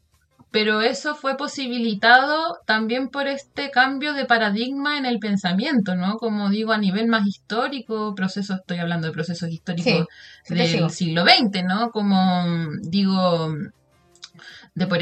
Speaker 3: pero eso fue posibilitado también por este cambio de paradigma en el pensamiento, ¿no? Como digo, a nivel más histórico, procesos, estoy hablando de procesos históricos
Speaker 2: sí,
Speaker 3: del siglo veinte, ¿no? Como digo, de por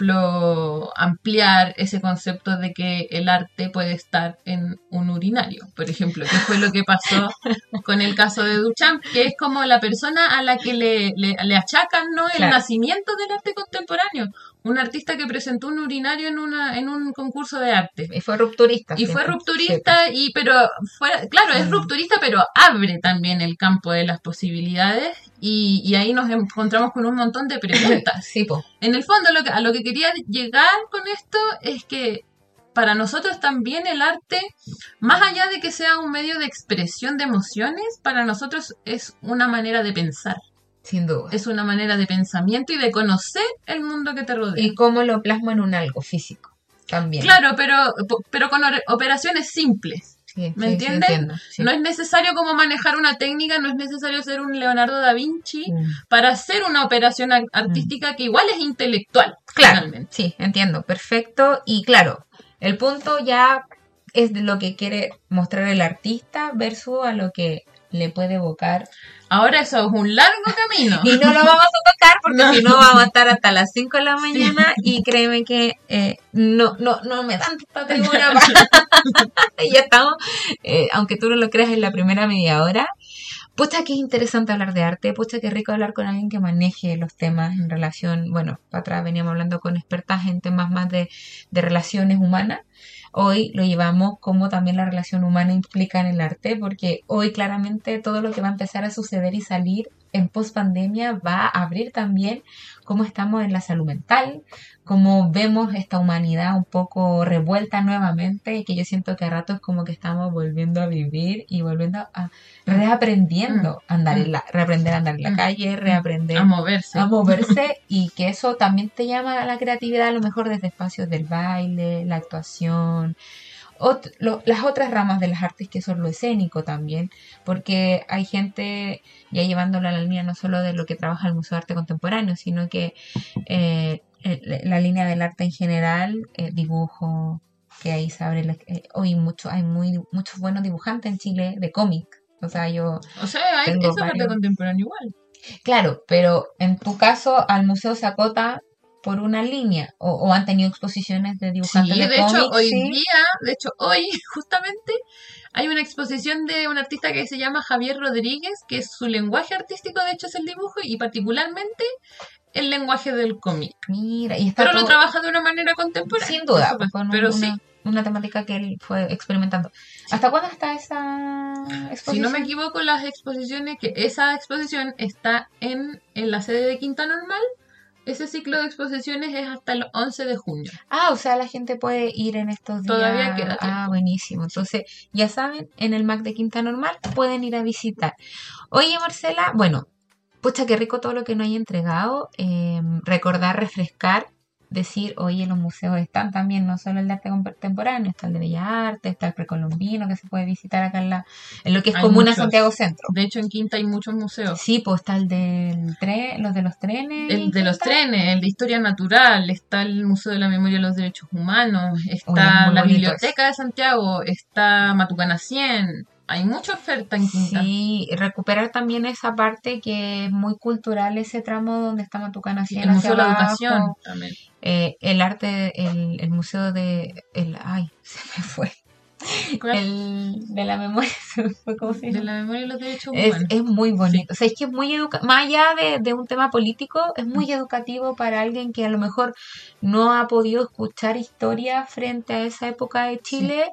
Speaker 3: ejemplo ampliar ese concepto de que el arte puede estar en un urinario, por ejemplo, que fue lo que pasó con el caso de Duchamp, que es como la persona a la que le, le, le achacan, ¿no? el
Speaker 2: Claro.
Speaker 3: nacimiento del arte contemporáneo, un artista que presentó un urinario en una en un concurso de arte.
Speaker 2: Y fue rupturista.
Speaker 3: Y
Speaker 2: siempre.
Speaker 3: fue rupturista, y pero fue, claro, es
Speaker 2: Mm.
Speaker 3: rupturista, pero abre también el campo de las posibilidades, y, y ahí nos encontramos con un montón de preguntas.
Speaker 2: Sí, po.
Speaker 3: En el fondo, lo que, a lo que quería llegar con esto es que para nosotros también el arte, más allá de que sea un medio de expresión de emociones, para nosotros es una manera de pensar.
Speaker 2: Sin duda.
Speaker 3: Es una manera de pensamiento y de conocer el mundo que te rodea.
Speaker 2: Y cómo lo plasma en un algo físico también.
Speaker 3: Claro, pero, pero con operaciones simples.
Speaker 2: Sí,
Speaker 3: ¿Me
Speaker 2: sí,
Speaker 3: entiendes?
Speaker 2: Sí, entiendo, sí.
Speaker 3: No es necesario como manejar una técnica, no es necesario ser un Leonardo da Vinci
Speaker 2: Mm.
Speaker 3: para hacer una operación artística que igual es intelectual.
Speaker 2: Claro,
Speaker 3: Finalmente.
Speaker 2: sí, entiendo, perfecto. Y claro, el punto ya es de lo que quiere mostrar el artista versus a lo que le puede evocar.
Speaker 3: Ahora eso es un largo camino.
Speaker 2: Y no lo vamos a tocar porque
Speaker 3: No.
Speaker 2: si no vamos a estar hasta las cinco de la mañana y créeme que eh, no, no, no me dan esta tribuna para... ya estamos, eh, aunque tú no lo creas, en la primera media hora. Pucha, que es interesante hablar de arte, pucha, que rico hablar con alguien que maneje los temas en relación, bueno, para atrás veníamos hablando con expertas en temas más de, de relaciones humanas. Hoy lo llevamos como también la relación humana implica en el arte, porque hoy claramente todo lo que va a empezar a suceder y salir en post pandemia va a abrir también cómo estamos en la salud mental, cómo vemos esta humanidad un poco revuelta nuevamente, y que yo siento que a ratos como que estamos volviendo a vivir y volviendo a reaprendiendo a andar en la, reaprender a andar en la calle, reaprender
Speaker 3: A moverse.
Speaker 2: a moverse, y que eso también te llama a la creatividad, a lo mejor desde espacios del baile, la actuación, ot- lo- las otras ramas de las artes que son lo escénico también, porque hay gente ya llevándolo a la línea no solo de lo que trabaja el Museo de Arte Contemporáneo, sino que eh, eh, la línea del arte en general, eh, dibujo, que ahí se abre, la- eh, hoy mucho, hay muy muchos buenos dibujantes en Chile de cómic, o sea, yo...
Speaker 3: O sea, hay,
Speaker 2: Tengo
Speaker 3: eso es arte
Speaker 2: varios.
Speaker 3: contemporáneo igual.
Speaker 2: Claro, pero en tu caso al museo se acota por una línea, o, o han tenido exposiciones de
Speaker 3: Sí,
Speaker 2: dibujantes
Speaker 3: de
Speaker 2: de
Speaker 3: hecho,
Speaker 2: cómics,
Speaker 3: hoy
Speaker 2: sí.
Speaker 3: día, de hecho, hoy justamente hay una exposición de un artista que se llama Javier Rodríguez, que su lenguaje artístico de hecho es el dibujo, y particularmente el lenguaje del cómic.
Speaker 2: Mira, y está
Speaker 3: Pero lo
Speaker 2: todo-
Speaker 3: trabaja de una manera contemporánea.
Speaker 2: sin duda,
Speaker 3: por supuesto,
Speaker 2: con un-
Speaker 3: pero
Speaker 2: una,
Speaker 3: sí,
Speaker 2: una temática que él fue experimentando. ¿Hasta cuándo está esa exposición?
Speaker 3: si no me equivoco, las exposiciones, que esa exposición está en, en la sede de Quinta Normal. Ese ciclo de exposiciones es hasta el once de junio.
Speaker 2: Ah, o sea, la gente puede ir en estos días.
Speaker 3: Todavía queda
Speaker 2: Ah,
Speaker 3: tiempo.
Speaker 2: buenísimo. Entonces, ya saben, en el MAC de Quinta Normal pueden ir a visitar. Oye, Marcela, bueno, pucha, qué rico todo lo que nos hay entregado. Eh, recordar, refrescar, decir, oye, los museos están también, no solo el de arte contemporáneo, está el de Bellas Artes, está el precolombino que se puede visitar acá en, la, en lo que es
Speaker 3: Hay
Speaker 2: Comuna
Speaker 3: muchos.
Speaker 2: Santiago Centro.
Speaker 3: De hecho, en Quinta hay muchos museos.
Speaker 2: Sí, pues está el del tren, los de los trenes.
Speaker 3: El de los
Speaker 2: Quinta.
Speaker 3: trenes, el de historia natural, está el Museo de la Memoria de los Derechos Humanos,
Speaker 2: Oye,
Speaker 3: está
Speaker 2: es muy
Speaker 3: la
Speaker 2: bonito
Speaker 3: Biblioteca de Santiago, está Matucana cien. Hay mucha oferta en Quinta.
Speaker 2: Sí, recuperar también esa parte que es muy cultural, ese tramo donde está Matucana cien
Speaker 3: El Museo de la
Speaker 2: hacia
Speaker 3: Educación
Speaker 2: abajo.
Speaker 3: también.
Speaker 2: Eh, el arte, el, el museo de... El, ay, se me fue.
Speaker 3: ¿Cuál?
Speaker 2: El de la memoria, se me fue, ¿cómo se
Speaker 3: De
Speaker 2: llama?
Speaker 3: la Memoria de los Derechos
Speaker 2: Es,
Speaker 3: Humanos.
Speaker 2: es muy bonito. O sea, es que es muy educativo. Más allá de, de un tema político, es muy educativo para alguien que a lo mejor no ha podido escuchar historia frente a esa época de Chile.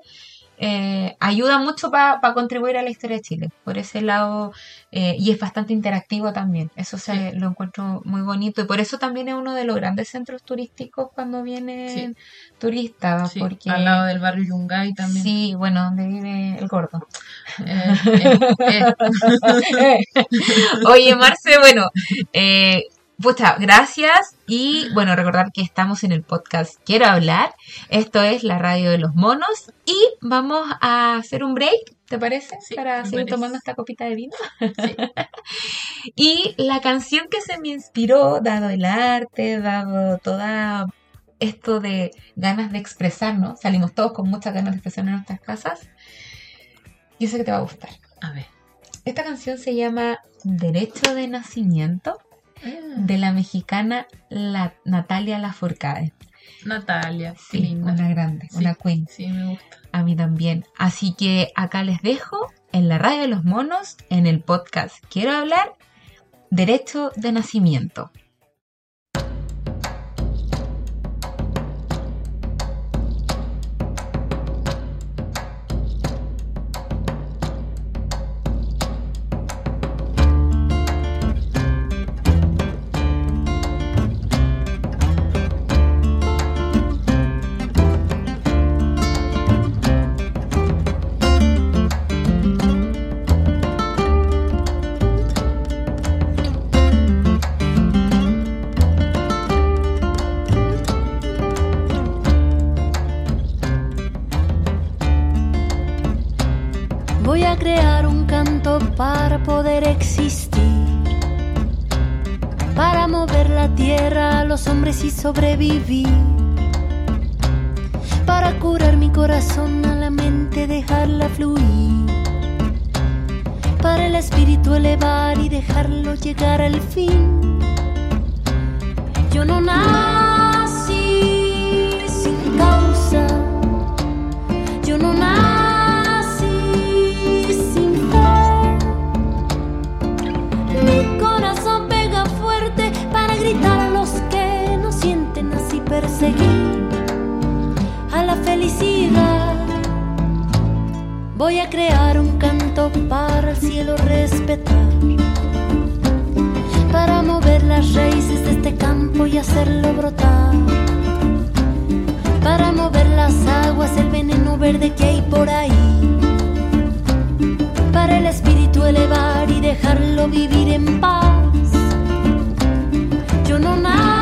Speaker 2: Eh, ayuda mucho para pa contribuir a la historia de Chile. Por ese lado, eh, y es bastante interactivo también. Eso se, lo encuentro muy bonito. Y por eso también es uno de los grandes centros turísticos cuando vienen turistas.
Speaker 3: Sí,
Speaker 2: porque
Speaker 3: al lado del barrio Yungay también.
Speaker 2: Sí, bueno, donde vive el gordo.
Speaker 3: Eh, eh, eh.
Speaker 2: Oye, Marce, bueno, eh, pucha, gracias. Y bueno, recordar que estamos en el podcast Quiero Hablar. Esto es la radio de los monos. Y vamos a hacer un break, ¿te parece?
Speaker 3: Sí,
Speaker 2: Para
Speaker 3: me
Speaker 2: seguir
Speaker 3: parece.
Speaker 2: tomando esta copita de vino.
Speaker 3: Sí.
Speaker 2: Y la canción que se me inspiró, dado el arte, dado toda esto de ganas de expresarnos, salimos todos con muchas ganas de expresarnos en nuestras casas, yo sé que te va a gustar.
Speaker 3: A ver.
Speaker 2: Esta canción se llama Derecho de Nacimiento, mm. de la mexicana la, Natalia Lafourcade.
Speaker 3: Natalia,
Speaker 2: sí, linda. Una grande, sí, una queen.
Speaker 3: Sí, me gusta.
Speaker 2: A mí también. Así que acá les dejo en la Radio de los Monos, en el podcast Quiero Hablar, Derecho de Nacimiento.
Speaker 4: Voy a crear un canto para poder existir, para mover la tierra a los hombres y sobrevivir, para curar mi corazón a la mente, dejarla fluir, para el espíritu elevar y dejarlo llegar al fin. Yo no nací sin causa, yo no nací perseguir a la felicidad. Voy a crear un canto para el cielo respetar, para mover las raíces de este campo y hacerlo brotar, para mover las aguas, el veneno verde que hay por ahí, para el espíritu elevar y dejarlo vivir en paz. Yo no nací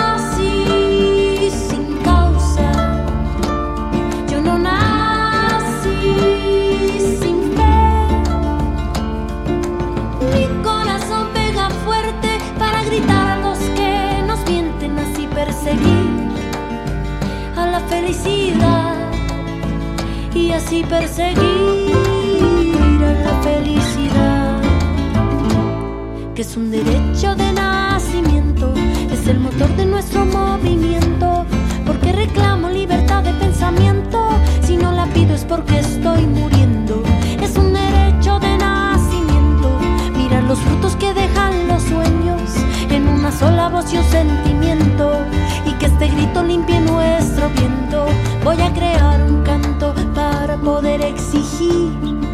Speaker 4: a la felicidad y así perseguir a la felicidad, que es un derecho de nacimiento, es el motor de nuestro movimiento, porque reclamo libertad de pensamiento, si no la pido es porque estoy muriendo. Es un derecho de nacimiento, mirar los frutos que dejan los sueños en una sola voz y un sentimiento, y que este grito limpie nuestro viento. Voy a crear un canto para poder exigir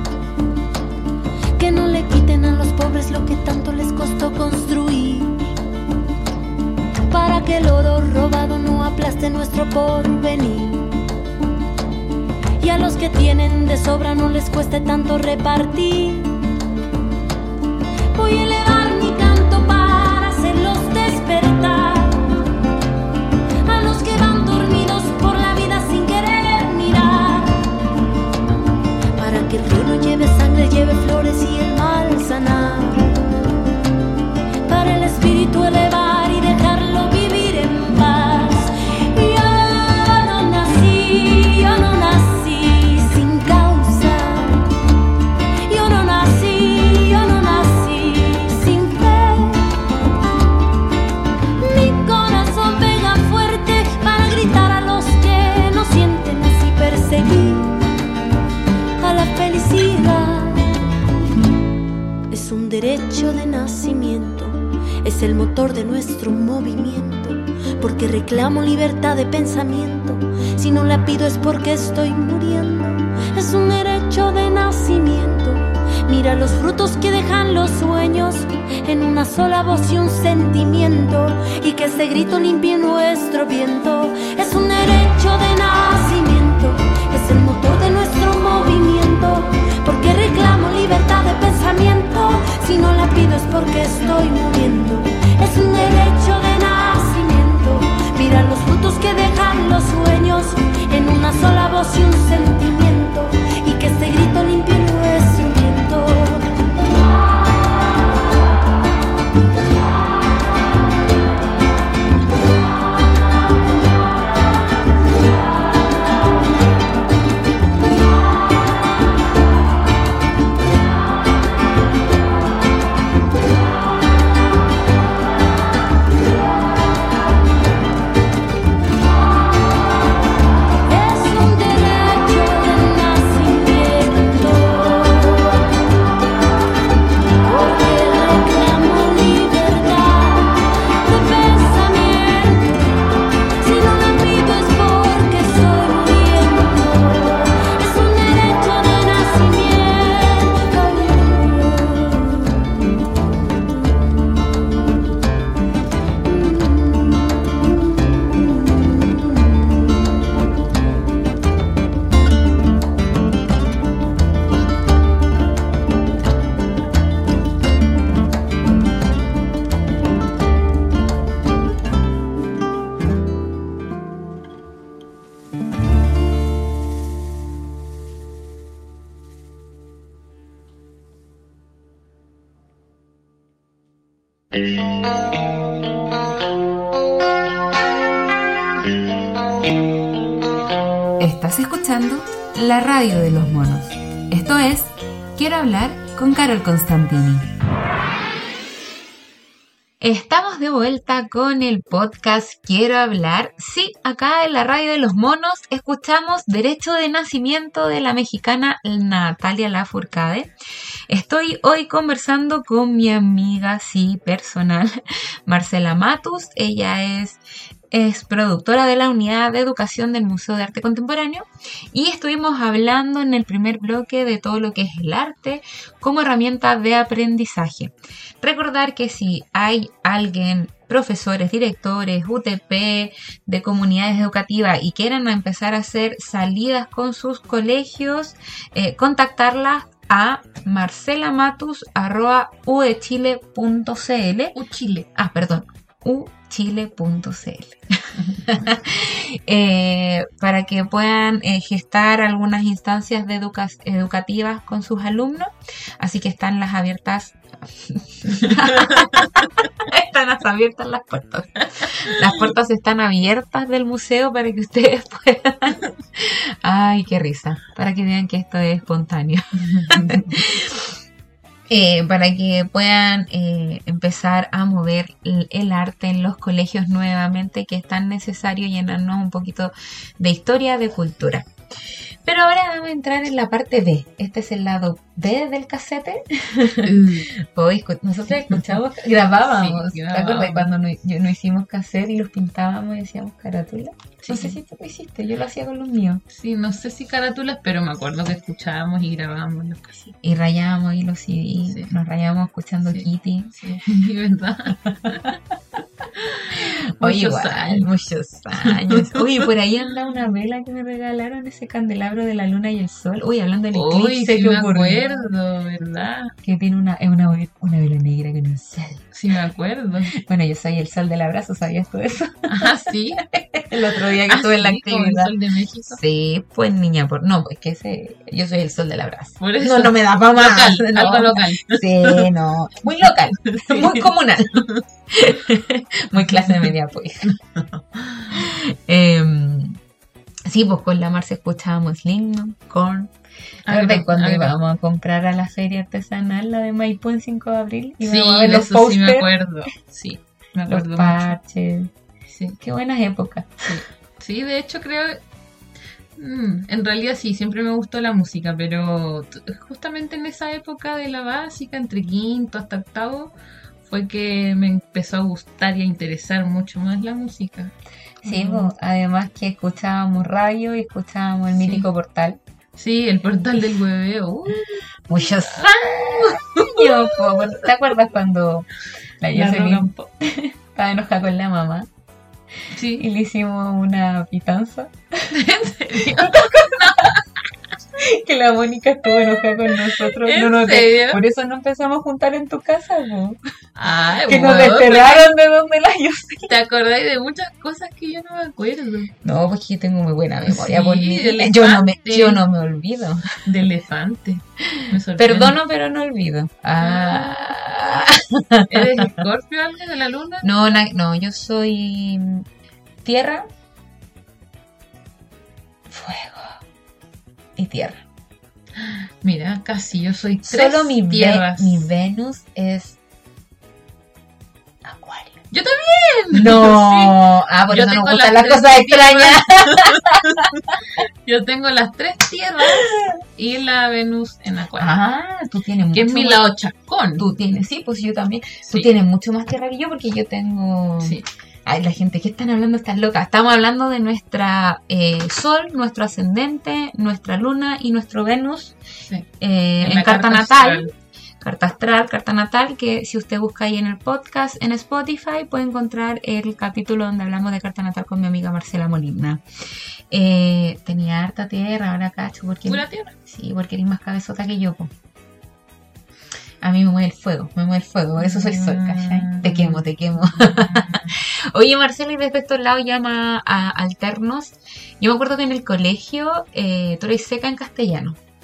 Speaker 4: que no le quiten a los pobres lo que tanto les costó construir, para que el oro robado no aplaste nuestro porvenir, y a los que tienen de sobra no les cueste tanto repartir. Voy a elevar mi canto para hacerlos despertar, a los que van dormidos por la vida sin querer mirar, para que el río no lleve sangre, lleve flores y el mal sanar, para el espíritu elevar y dejarlo vivir en paz. Yo no nací, yo no nací sin causa, yo no nací, yo no nací sin fe. Mi corazón pega fuerte para gritar a los que no sienten, así perseguir a la felicidad. Es un derecho de nacimiento, es el motor de nuestro movimiento, porque reclamo libertad de pensamiento, si no la pido es porque estoy muriendo. Es un derecho de nacimiento, mira los frutos que dejan los sueños en una sola voz y un sentimiento, y que este grito limpie nuestro viento. Es un derecho de nacimiento, es el motor de nuestro movimiento, porque reclamo libertad de pensamiento, si no la pido es porque estoy muriendo. Es un derecho de nacimiento, mira los frutos que dejan los sueños en una sola voz y un sentimiento, y que este grito limpie nuestro viento.
Speaker 2: Estás escuchando la radio de los monos. Esto es Quiero hablar con Carol Constantini. Estamos de vuelta con el podcast Quiero hablar. Sí, acá en la radio de los monos escuchamos Derecho de Nacimiento de la mexicana Natalia Lafourcade. Estoy hoy conversando con mi amiga, sí, personal, Marcela Matus. Ella es... Es productora de la Unidad de Educación del Museo de Arte Contemporáneo y estuvimos hablando en el primer bloque de todo lo que es el arte como herramienta de aprendizaje. Recordar que si hay alguien, profesores, directores, U T P, de comunidades educativas y quieren empezar a hacer salidas con sus colegios, eh, contactarlas a marcelamatus arroba u e chile punto c l.
Speaker 3: Uchile.
Speaker 2: Ah, perdón. U chile punto c l eh, para que puedan eh, gestar algunas instancias de educa- educativas con sus alumnos, así que están las abiertas están las abiertas las puertas las puertas están abiertas del museo para que ustedes puedan ay, qué risa, para que vean que esto es espontáneo. Eh, para que puedan eh, empezar a mover el, el arte en los colegios nuevamente, que es tan necesario llenarnos un poquito de historia, de cultura. Pero ahora vamos a entrar en la parte B. Este es el lado B del casete. Hoy nosotros escuchamos, grabábamos.
Speaker 3: Sí,
Speaker 2: ¿Te acuerdas cuando no, yo, no hicimos cassette y los pintábamos y hacíamos carátulas?
Speaker 3: Sí,
Speaker 2: no sé
Speaker 3: sí.
Speaker 2: si tú lo hiciste, yo lo hacía con los míos.
Speaker 3: Sí, no sé si carátulas, pero me acuerdo que escuchábamos y grabábamos los cassettes.
Speaker 2: Y rayábamos ahí los C D,
Speaker 3: Sí.
Speaker 2: nos rayábamos escuchando
Speaker 3: Sí.
Speaker 2: Kitty.
Speaker 3: Sí, ¿verdad?
Speaker 2: Oye,
Speaker 3: Muchos
Speaker 2: igual,
Speaker 3: años.
Speaker 2: muchos años. Uy, por ahí anda una vela que me regalaron, ese candelabro de la luna y el sol. Uy, hablando del
Speaker 3: Uy,
Speaker 2: eclipse
Speaker 3: sí
Speaker 2: que
Speaker 3: me
Speaker 2: ocurrió,
Speaker 3: acuerdo, ¿verdad?
Speaker 2: que tiene una, es una, una vela negra con un sol.
Speaker 3: Sí me acuerdo.
Speaker 2: Bueno, yo soy el sol del abrazo, ¿sabías tú eso?
Speaker 3: Ah, sí.
Speaker 2: El otro día que
Speaker 3: Ah,
Speaker 2: estuve en la
Speaker 3: sí, como el
Speaker 2: actividad.
Speaker 3: Sol de México.
Speaker 2: Sí, pues niña, por no, pues que ese, yo soy el sol del abrazo.
Speaker 3: Por eso.
Speaker 2: No, no me da para más.
Speaker 3: Local,
Speaker 2: no.
Speaker 3: algo local.
Speaker 2: Sí, no, muy local, muy comunal. Muy clase media, pues. eh, sí, pues con la Marce escuchábamos Lingnum, Korn.
Speaker 3: Algo,
Speaker 2: ¿Verdad? Cuando
Speaker 3: algo.
Speaker 2: íbamos a comprar a la feria artesanal, la de Maipú en cinco de abril,
Speaker 3: Sí,
Speaker 2: íbamos a ver
Speaker 3: de
Speaker 2: los
Speaker 3: eso sí me
Speaker 2: posters,
Speaker 3: acuerdo. Sí, me
Speaker 2: los
Speaker 3: acuerdo mucho.
Speaker 2: parches.
Speaker 3: Sí,
Speaker 2: Qué buenas épocas.
Speaker 3: sí. Sí, de hecho creo... mm, en realidad sí, siempre me gustó la música, pero t- justamente en esa época de la básica, entre quinto hasta octavo, fue que me empezó a gustar y a interesar mucho más la música.
Speaker 2: Sí,
Speaker 3: Mm.
Speaker 2: pues, además que escuchábamos radio y escuchábamos el
Speaker 3: Sí.
Speaker 2: mítico portal.
Speaker 3: Sí, el portal del hueveo. Uh,
Speaker 2: Muchos años. po. ¿Te acuerdas cuando la
Speaker 3: la
Speaker 2: Jocelyn
Speaker 3: rock and pop.
Speaker 2: estaba enojada con la mamá y
Speaker 3: Sí,
Speaker 2: le hicimos una pitanza?
Speaker 3: ¿en serio?
Speaker 2: Que la Mónica estuvo enojada con nosotros.
Speaker 3: ¿En
Speaker 2: No nos de-
Speaker 3: serio?
Speaker 2: Por eso nos empezamos a juntar en tu casa, po.
Speaker 3: Ay,
Speaker 2: Que nos
Speaker 3: bueno,
Speaker 2: desterraron de donde la Jocelyn.
Speaker 3: ¿te acordáis de muchas cosas que yo no me acuerdo?
Speaker 2: No, pues que yo tengo muy buena memoria.
Speaker 3: Sí,
Speaker 2: por mi-
Speaker 3: elefante.
Speaker 2: yo, no me, yo no me olvido.
Speaker 3: De elefante. Me sorprende.
Speaker 2: Perdono, pero no olvido. Ah.
Speaker 3: ¿Eres Escorpio algo de la luna?
Speaker 2: No, na- no, yo soy tierra, fuego y tierra.
Speaker 3: Mira, casi yo soy tres
Speaker 2: Solo mi, ve-
Speaker 3: tierras.
Speaker 2: mi Venus es Acuario.
Speaker 3: Yo también.
Speaker 2: No, ah, por
Speaker 3: Yo
Speaker 2: eso nos
Speaker 3: tengo
Speaker 2: gustan
Speaker 3: las
Speaker 2: las
Speaker 3: tres
Speaker 2: cosas
Speaker 3: tierras.
Speaker 2: extrañas.
Speaker 3: Yo tengo las tres tierras y la Venus en Acuario.
Speaker 2: Ah, tú tienes
Speaker 3: que
Speaker 2: mucho
Speaker 3: es mi
Speaker 2: más-
Speaker 3: lado chacón.
Speaker 2: Tú tienes, sí, pues yo también. Tú
Speaker 3: Sí.
Speaker 2: tienes mucho más tierra que yo porque yo tengo...
Speaker 3: Sí.
Speaker 2: Ay, la gente, ¿qué están hablando? Están locas. Estamos hablando de nuestra eh, Sol, nuestro ascendente, nuestra Luna y nuestro Venus
Speaker 3: Sí.
Speaker 2: eh, en,
Speaker 3: la
Speaker 2: carta
Speaker 3: carta
Speaker 2: natal.
Speaker 3: astral.
Speaker 2: Carta astral, carta natal, que si usted busca ahí en el podcast, en Spotify, puede encontrar el capítulo donde hablamos de carta natal con mi amiga Marcela Molina. Eh, tenía harta tierra, ahora cacho, porque...
Speaker 3: Pura tierra.
Speaker 2: Sí, porque eres más cabezota que yo, po. A mí me mueve el fuego, me mueve el fuego, por eso soy sol, ¿cachai? Te quemo, te quemo. Oye, Marcela, y desde estos lados llama a alternos. Yo me acuerdo que en el colegio eh, tú eres seca en castellano.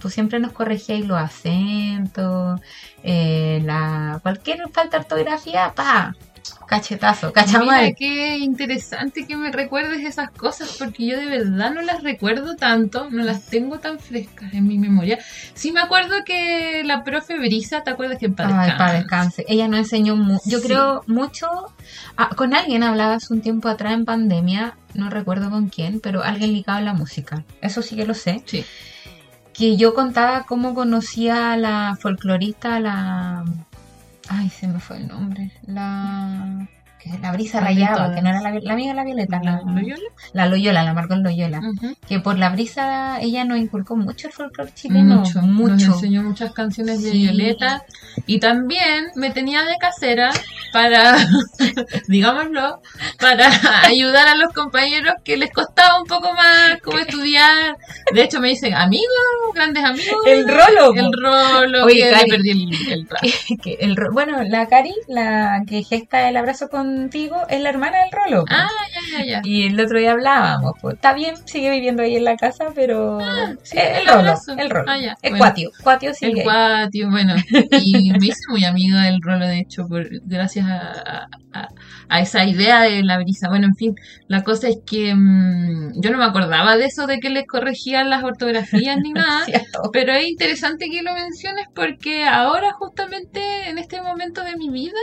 Speaker 2: Tú siempre nos corregías los acentos, eh, la cualquier falta de ortografía, pa, cachetazo, cachamal.
Speaker 3: Mira, qué interesante que me recuerdes esas cosas, porque yo de verdad no las recuerdo tanto, no las tengo tan frescas en mi memoria. Sí me acuerdo que la profe Brisa, ¿te acuerdas que en paz descanse?
Speaker 2: Ay, para descanse. Ella nos enseñó, mu- yo
Speaker 3: Sí.
Speaker 2: creo, mucho. Ah, con alguien hablaba hace un tiempo atrás en pandemia, no recuerdo con quién, pero alguien ligado a la música. Eso sí que lo sé.
Speaker 3: Sí.
Speaker 2: Que yo contaba cómo conocía a la folclorista, la... Ay, se me fue el nombre. La... que la Brisa
Speaker 3: ¿Cuál de
Speaker 2: Rayaba,
Speaker 3: todas?
Speaker 2: que no era la, la amiga de la Violeta.
Speaker 3: ¿La
Speaker 2: La,
Speaker 3: Loyola?
Speaker 2: la Loyola, la Margot Loyola.
Speaker 3: Ujú.
Speaker 2: Que por la Brisa ella nos inculcó mucho el folclore chileno.
Speaker 3: Mucho,
Speaker 2: Mucho.
Speaker 3: nos enseñó muchas canciones de
Speaker 2: Sí.
Speaker 3: Violeta y también me tenía de casera para, digámoslo, para ayudar a los compañeros que les costaba un poco más como estudiar. De hecho me dicen, amigos, grandes amigos.
Speaker 2: El Rolo.
Speaker 3: El Rolo,
Speaker 2: Oye,
Speaker 3: que
Speaker 2: Cari.
Speaker 3: le perdí el, el rastro.
Speaker 2: Que el, ro- bueno, la Cari, la que gesta el abrazo contigo, es la hermana del Rolo. po.
Speaker 3: Ah, ya, ya, ya.
Speaker 2: Y el otro día hablábamos, pues está bien, sigue viviendo ahí en la casa, pero
Speaker 3: sí,
Speaker 2: el,
Speaker 3: el
Speaker 2: Rolo,
Speaker 3: abrazo.
Speaker 2: el Rolo,
Speaker 3: Ah, ya,
Speaker 2: el
Speaker 3: bueno.
Speaker 2: Cuatio, Cuatio
Speaker 3: El
Speaker 2: sigue. ahí.
Speaker 3: Cuatio, bueno, y me hice muy amiga del Rolo, de hecho, por, gracias a, a, a esa idea de la Brisa. Bueno, en fin, la cosa es que mmm, yo no me acordaba de eso de que les corregían las ortografías ni nada,
Speaker 2: Cierto.
Speaker 3: pero es interesante que lo menciones porque ahora justamente en este momento de mi vida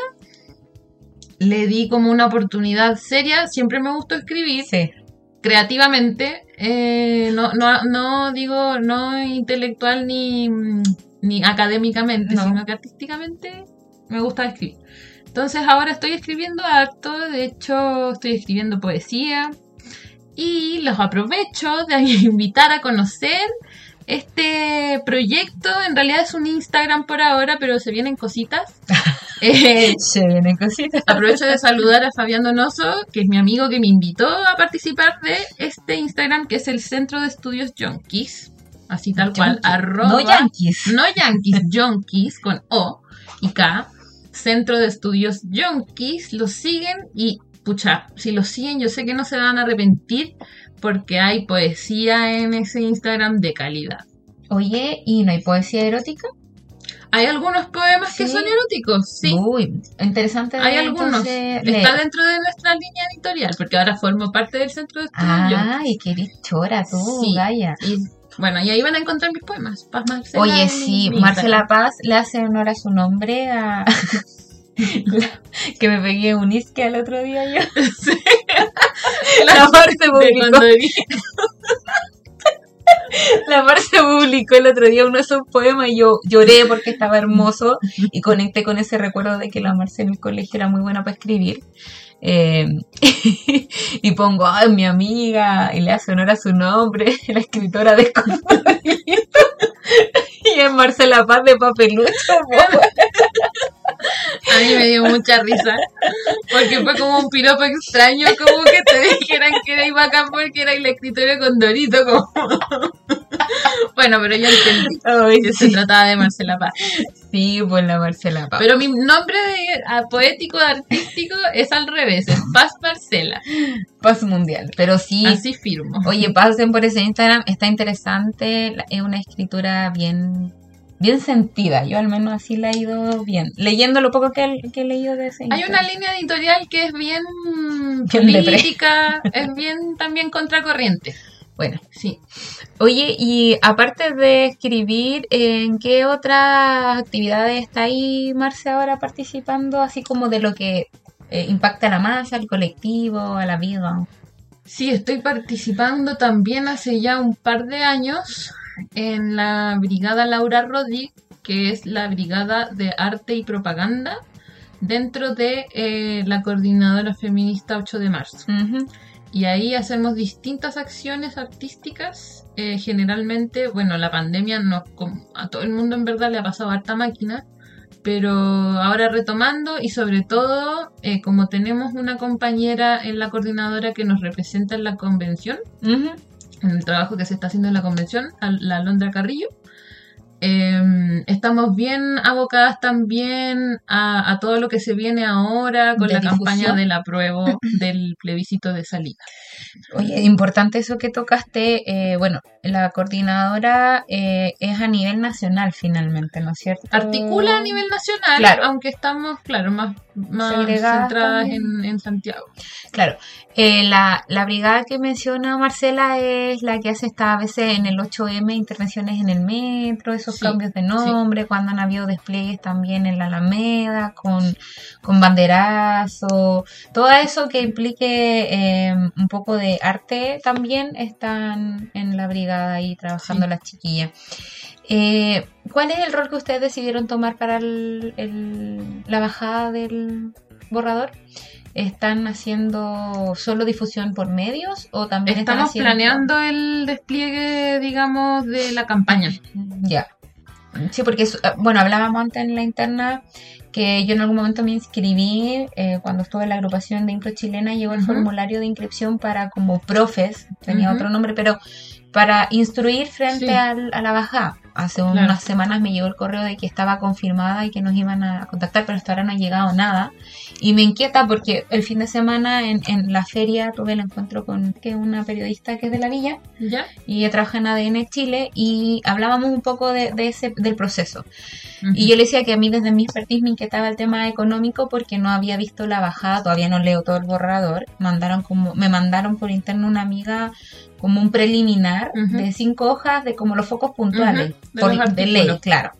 Speaker 3: le di como una oportunidad seria. Siempre me gustó escribir
Speaker 2: Sí.
Speaker 3: creativamente, eh, no, no, no digo no intelectual ni, ni académicamente,
Speaker 2: No.
Speaker 3: sino que artísticamente me gusta escribir. Entonces ahora estoy escribiendo harto, de hecho estoy escribiendo poesía y los aprovecho de invitar a conocer este proyecto. En realidad es un Instagram por ahora, pero se vienen cositas. Eh,
Speaker 2: Se vienen cositas.
Speaker 3: Aprovecho de saludar a Fabián Donoso, que es mi amigo que me invitó a participar de este Instagram, que es el Centro de Estudios Yonkis. Así tal cual,
Speaker 2: Yankees.
Speaker 3: arroba...
Speaker 2: No Yankees.
Speaker 3: No Yankees, Yonkis, con O y K. Centro de Estudios Yonkis. Los siguen y, pucha, si los siguen yo sé que no se van a arrepentir porque hay poesía en ese Instagram de calidad.
Speaker 2: Oye, ¿y no hay poesía erótica?
Speaker 3: Hay algunos poemas que
Speaker 2: Sí.
Speaker 3: son eróticos, sí.
Speaker 2: Uy, interesante.
Speaker 3: Hay
Speaker 2: de,
Speaker 3: algunos.
Speaker 2: entonces,
Speaker 3: Está
Speaker 2: leer.
Speaker 3: dentro de nuestra línea editorial, porque ahora formo parte del Centro de Estudios Yonkis.
Speaker 2: Ay, qué eres chora tú,
Speaker 3: Sí.
Speaker 2: Gaya.
Speaker 3: Y bueno, y ahí van a encontrar mis poemas. Paz Marcela.
Speaker 2: Oye,
Speaker 3: en
Speaker 2: sí,
Speaker 3: mi
Speaker 2: Marcela Paz le hace honor a su nombre, a la- que me pegué un isque el otro día yo.
Speaker 3: Instagram.
Speaker 2: La parte
Speaker 3: De
Speaker 2: publicó,
Speaker 3: cuando dije,
Speaker 2: la parte publicó el otro día uno de esos poemas y yo lloré porque estaba hermoso y conecté con ese recuerdo de que la Marce en el colegio era muy buena para escribir. Eh, y pongo, ay, mi amiga, y le hace honor a su nombre, la escritora de Desconocido. Y es Marcela Paz de Papelucho. po.
Speaker 3: a mí me dio mucha risa, porque fue como un piropo extraño, como que te dijeran que era bacán porque era el escritorio con Dorito, como... Bueno, pero yo entendí
Speaker 2: Ay,
Speaker 3: que
Speaker 2: sí.
Speaker 3: se trataba de Marcela Paz.
Speaker 2: Sí, pues la Marcela Paz.
Speaker 3: Pero mi nombre de, a, poético, artístico, es al revés, es Paz Marcela.
Speaker 2: Paz mundial. Pero sí,
Speaker 3: Así firmo.
Speaker 2: oye, pasen por ese Instagram, está interesante, la- es una escritura bien bien sentida, yo al menos así la he ido bien, leyendo lo poco que, que he leído de ese
Speaker 3: Hay
Speaker 2: Instagram.
Speaker 3: una línea editorial que es bien
Speaker 2: Bien depre.
Speaker 3: política, es bien también contracorriente.
Speaker 2: Bueno,
Speaker 3: Sí.
Speaker 2: oye, y aparte de escribir, ¿en qué otras actividades está ahí Marce ahora participando, así como de lo que eh, impacta a la masa, al colectivo, a la vida?
Speaker 3: Sí, estoy participando también hace ya un par de años en la Brigada Laura Rodríguez, que es la Brigada de Arte y Propaganda dentro de eh, la Coordinadora Feminista ocho de marzo.
Speaker 2: Ujú.
Speaker 3: Y ahí hacemos distintas acciones artísticas. Eh, generalmente, bueno, la pandemia no, como a todo el mundo en verdad le ha pasado harta máquina, pero ahora retomando y sobre todo, eh, como tenemos una compañera en la coordinadora que nos representa en la convención,
Speaker 2: Ujú.
Speaker 3: en el trabajo que se está haciendo en la convención, a la Alondra Carrillo, eh, estamos bien abocadas también a, a todo lo que se viene ahora con
Speaker 2: De
Speaker 3: la
Speaker 2: difusión.
Speaker 3: campaña del apruebo del plebiscito de salida.
Speaker 2: Oye, importante eso que tocaste. Eh, bueno, la coordinadora eh, es a nivel nacional finalmente, ¿no es cierto?
Speaker 3: Articula a nivel nacional,
Speaker 2: claro.
Speaker 3: Aunque estamos, claro, más, más centradas en, en Santiago.
Speaker 2: Claro. Eh, la, la brigada que menciona Marcela es la que hace esta a veces en el ocho eme, intervenciones en el metro, esos sí, cambios de nombre, sí. Cuando han habido despliegues también en la Alameda, con, con banderazo, todo eso que implique eh, un poco de arte también están en la brigada ahí trabajando sí. Las chiquillas. Eh, ¿Cuál es el rol que ustedes decidieron tomar para el, el, la bajada del borrador? ¿Están haciendo solo difusión por medios o también
Speaker 3: estamos
Speaker 2: están haciendo...
Speaker 3: planeando el despliegue, digamos, de la campaña?
Speaker 2: Ya. Sí, porque, bueno, hablábamos antes en la interna que yo en algún momento me inscribí eh, cuando estuve en la agrupación de Impro Chilena, llegó el uh-huh. formulario de inscripción para como profes, tenía uh-huh. otro nombre, pero para instruir frente sí. al, a la bajada. Hace claro. unas semanas me llegó el correo de que estaba confirmada y que nos iban a contactar, pero hasta ahora no ha llegado nada. Y me inquieta porque el fin de semana en, en la feria tuve el encuentro con que una periodista que es de la villa.
Speaker 3: ¿Ya?
Speaker 2: Y ella trabaja en A D N Chile y hablábamos un poco de, de ese del proceso. Uh-huh. Y yo le decía que a mí desde mi expertise me inquietaba el tema económico porque no había visto la bajada, todavía no leo todo el borrador. Mandaron como me mandaron por interno una amiga como un preliminar uh-huh. de cinco hojas de como los focos puntuales, uh-huh. de, por, de ley, claro.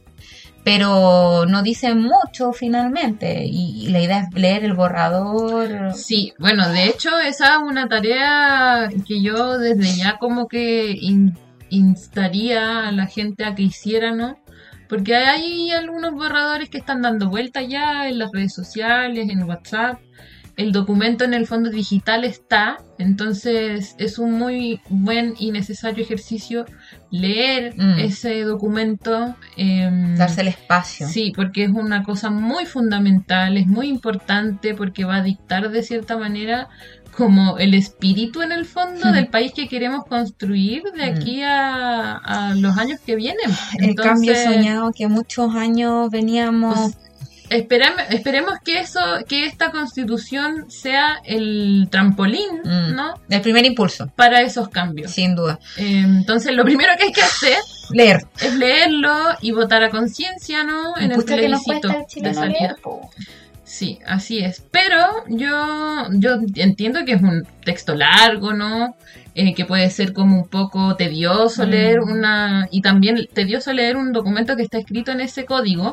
Speaker 2: Pero no dice mucho finalmente y, y la idea es leer el borrador.
Speaker 3: Sí, bueno, de hecho esa es una tarea que yo desde ya como que in, instaría a la gente a que hiciera, ¿no? Porque hay algunos borradores que están dando vuelta ya en las redes sociales, en WhatsApp. El documento en el fondo digital está, entonces es un muy buen y necesario ejercicio leer mm. ese documento. Eh,
Speaker 2: Darse el espacio.
Speaker 3: Sí, porque es una cosa muy fundamental, es muy importante porque va a dictar de cierta manera como el espíritu en el fondo mm. del país que queremos construir de aquí a, a los años que vienen.
Speaker 2: El entonces, cambio soñado que muchos años veníamos...
Speaker 3: Pues, Esperemos, esperemos que eso, que esta constitución sea el trampolín, mm, ¿no?
Speaker 2: El primer impulso.
Speaker 3: Para esos cambios.
Speaker 2: Sin duda.
Speaker 3: Eh, entonces, lo primero que hay que hacer
Speaker 2: leer.
Speaker 3: Es leerlo y votar a conciencia, ¿no? En el plebiscito de salida. Sí, así es. Pero yo, yo entiendo que es un texto largo, ¿no? Eh, que puede ser como un poco tedioso mm. leer una... Y también tedioso leer un documento que está escrito en ese código.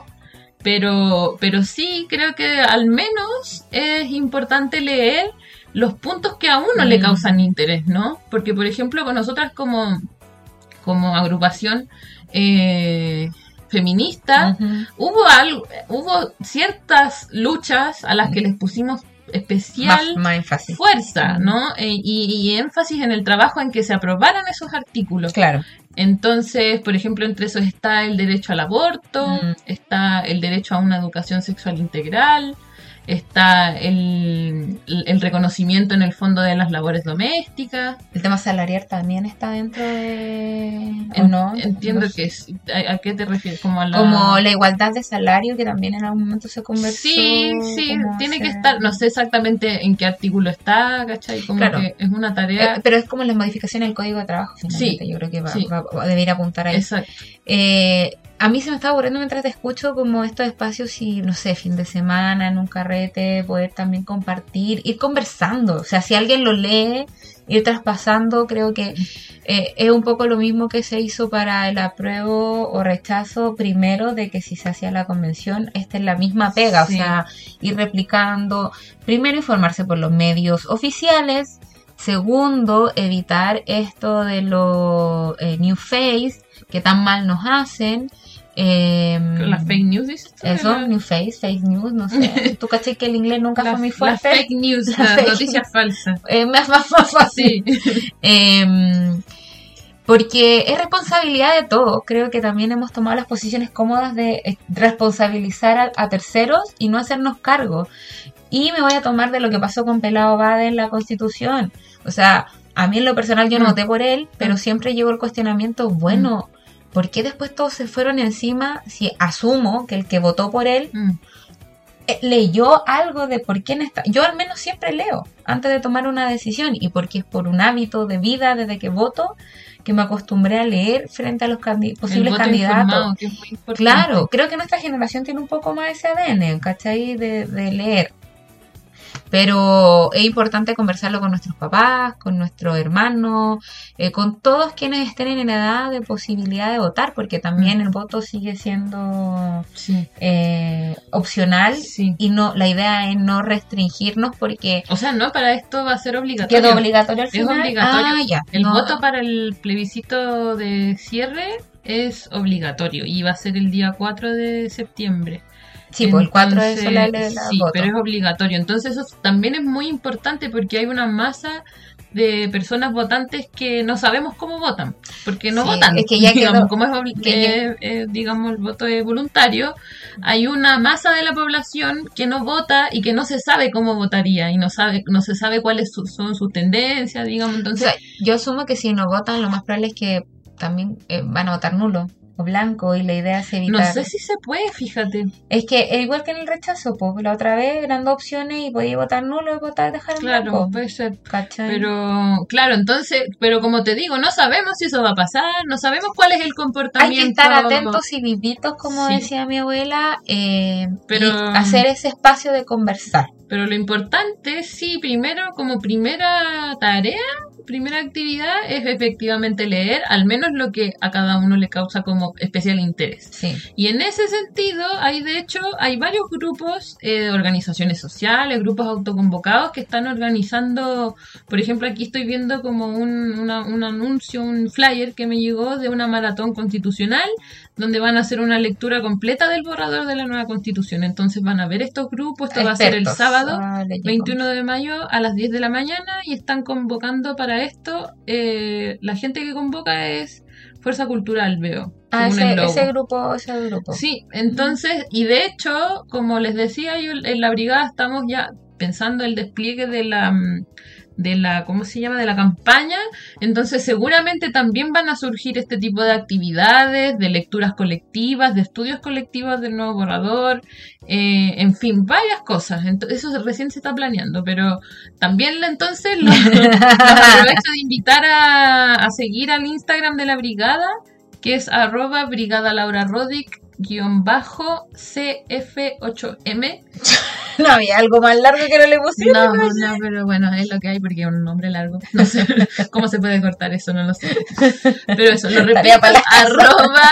Speaker 3: Pero, pero sí creo que al menos es importante leer los puntos que a uno mm. le causan interés, ¿no? Porque, por ejemplo, con nosotras como, como agrupación eh, feminista, uh-huh. hubo algo, hubo ciertas luchas a las que les pusimos especial
Speaker 2: más, más
Speaker 3: fuerza, ¿no? Eh, y, y énfasis en el trabajo en que se aprobaran esos artículos.
Speaker 2: Claro.
Speaker 3: Entonces, por ejemplo, entre esos está el derecho al aborto, mm. está el derecho a una educación sexual integral, está el, el reconocimiento en el fondo de las labores domésticas.
Speaker 2: El tema salarial también está dentro de... ¿o
Speaker 3: en,
Speaker 2: no?
Speaker 3: Entiendo Los... que es... ¿A, ¿A qué te refieres? Como, a la...
Speaker 2: como la igualdad de salario que también en algún momento se conversó.
Speaker 3: Sí, sí, tiene que estar... No sé exactamente en qué artículo está, ¿cachai? Como claro. que es una tarea...
Speaker 2: Eh, pero es como las modificaciones del Código de Trabajo, finalmente. Sí, yo creo que va, sí. va, va, va debería apuntar ahí.
Speaker 3: Exacto.
Speaker 2: Eh... A mí se me está aburriendo mientras te escucho como estos espacios y, no sé, fin de semana, en un carrete, poder también compartir, ir conversando. O sea, si alguien lo lee, ir traspasando, creo que eh, es un poco lo mismo que se hizo para el apruebo o rechazo primero de que si se hacía la convención, esta es la misma pega. Sí. O sea, ir replicando, primero informarse por los medios oficiales, segundo, evitar esto de los eh, new face que tan mal nos hacen. Eh,
Speaker 3: las fake news, ¿dices?
Speaker 2: Eso, la... new face, fake news, no sé. Tú caché que el inglés nunca la, fue muy fuerte.
Speaker 3: Las fake news, las, las noticias falsas.
Speaker 2: Eh, más, más, más fácil. Sí. eh, porque es responsabilidad de todos. Creo que también hemos tomado las posiciones cómodas de responsabilizar a, a terceros y no hacernos cargo. Y me voy a tomar de lo que pasó con Pelao Bade en la Constitución. O sea, a mí en lo personal yo no voté por él, pero siempre llegó el cuestionamiento, bueno, ¿por qué después todos se fueron encima si asumo que el que votó por él leyó algo de por qué en esta... Yo al menos siempre leo antes de tomar una decisión, y porque es por un hábito de vida desde que voto, que me acostumbré a leer frente a los candi- posibles candidatos.
Speaker 3: Que es muy importante.
Speaker 2: Claro, creo que nuestra generación tiene un poco más ese A D N, ¿cachai? De, de leer. Pero es importante conversarlo con nuestros papás, con nuestros hermanos, eh, con todos quienes estén en edad de posibilidad de votar, porque también el voto sigue siendo
Speaker 3: Sí.
Speaker 2: eh, opcional,
Speaker 3: Sí.
Speaker 2: y no, la idea es no restringirnos porque
Speaker 3: O sea, no, para esto va a ser obligatorio.
Speaker 2: quedó obligatorio al
Speaker 3: Es
Speaker 2: final.
Speaker 3: obligatorio.
Speaker 2: Ah, ya.
Speaker 3: El
Speaker 2: No,
Speaker 3: voto para el plebiscito de cierre es obligatorio y va a ser el día cuatro de septiembre.
Speaker 2: sí, pues el cuatro de
Speaker 3: Entonces,
Speaker 2: solar de la
Speaker 3: sí,
Speaker 2: voto.
Speaker 3: pero es obligatorio. Entonces eso también es muy importante porque hay una masa de personas votantes que no sabemos cómo votan, porque no
Speaker 2: Sí,
Speaker 3: votan.
Speaker 2: es que ya
Speaker 3: digamos,
Speaker 2: quedó-
Speaker 3: como es obli-
Speaker 2: que ya-
Speaker 3: eh, eh, digamos, el voto es voluntario, hay una masa de la población que no vota y que no se sabe cómo votaría y no sabe, no se sabe cuáles su- son sus tendencias, digamos.
Speaker 2: O
Speaker 3: Entonces,
Speaker 2: sea, yo asumo que si no votan, lo más probable es que también eh, van a votar nulo o blanco, y la idea es evitar.
Speaker 3: no sé si se puede, fíjate.
Speaker 2: Es que es igual que en el rechazo, pues la otra vez eran dos opciones y podías votar nulo y votar dejar en
Speaker 3: Claro,
Speaker 2: blanco.
Speaker 3: puede ser.
Speaker 2: ¿Cachai?
Speaker 3: Pero, claro, entonces, pero como te digo, no sabemos si eso va a pasar, no sabemos cuál es el
Speaker 2: Hay
Speaker 3: comportamiento.
Speaker 2: que estar atentos y vivitos, como
Speaker 3: Sí.
Speaker 2: decía mi abuela, eh,
Speaker 3: Pero-
Speaker 2: y hacer ese espacio de conversar.
Speaker 3: Pero lo importante, sí, primero, como primera tarea, primera actividad, es efectivamente leer, al menos lo que a cada uno le causa como especial interés.
Speaker 2: Sí.
Speaker 3: Y en ese sentido, hay de hecho, hay varios grupos eh, de organizaciones sociales, grupos autoconvocados que están organizando, por ejemplo, aquí estoy viendo como un, una- un anuncio, un flyer que me llegó de una maratón constitucional, donde van a hacer una lectura completa del borrador de la nueva constitución. Entonces van a ver estos grupos, esto va a ser el
Speaker 2: Expertos.
Speaker 3: sábado,
Speaker 2: Ah, le llegó.
Speaker 3: veintiuno de mayo a las diez de la mañana, y están convocando para esto, eh, la gente que convoca es Fuerza Cultural, veo.
Speaker 2: Ah,
Speaker 3: según el
Speaker 2: ese,
Speaker 3: logo.
Speaker 2: ese grupo, ese grupo.
Speaker 3: Sí, entonces, y de hecho, como les decía yo, en la brigada estamos ya pensando el despliegue de la, mm, de la, ¿cómo se llama?, de la campaña. Entonces seguramente también van a surgir este tipo de actividades, de lecturas colectivas, de estudios colectivos del nuevo borrador, eh, en fin, varias cosas. Entonces, eso recién se está planeando, pero también entonces los, los aprovecho de invitar a, a seguir al Instagram de la brigada, que es arroba brigada Laura Rodic guión bajo C F ocho M.
Speaker 2: No había algo más largo que no le pusieron.
Speaker 3: No, no, pero bueno, es lo que hay porque es un nombre largo. No sé cómo se puede cortar eso, no lo sé. Pero eso, lo repito,
Speaker 2: Tarea para la casa.
Speaker 3: arroba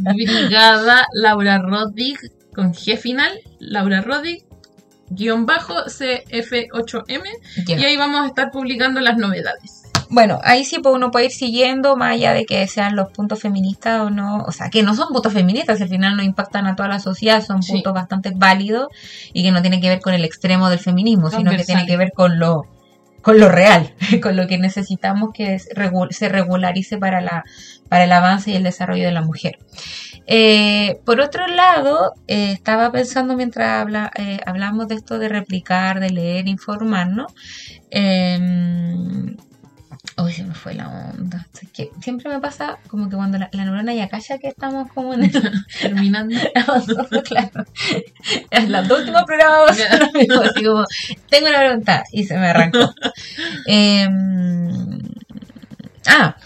Speaker 3: brigada Laura Rodic con G final, Laura Rodic guión bajo C F ocho M,
Speaker 2: Ya.
Speaker 3: y ahí vamos a estar publicando las novedades.
Speaker 2: Bueno, ahí sí pues uno puede ir siguiendo, más allá de que sean los puntos feministas o no, o sea, que no son puntos feministas, al final no impactan a toda la sociedad, son
Speaker 3: Sí.
Speaker 2: puntos bastante válidos y que no tienen que ver con el extremo del feminismo, sino que
Speaker 3: Transversales.
Speaker 2: tienen que ver con lo con lo real, con lo que necesitamos que es regu- se regularice para la para el avance y el desarrollo de la mujer. Eh, por otro lado, eh, estaba pensando mientras habla, eh, hablamos de esto de replicar, de leer, informarnos. Eh, Uy, se me fue la onda. Es que siempre me pasa como que cuando la, la neurona ya calla que estamos como en el...
Speaker 3: Terminando.
Speaker 2: claro. En los dos últimos programas
Speaker 3: Ya.
Speaker 2: lo mismo, así como, tengo una pregunta y se me arrancó. Eh, ah,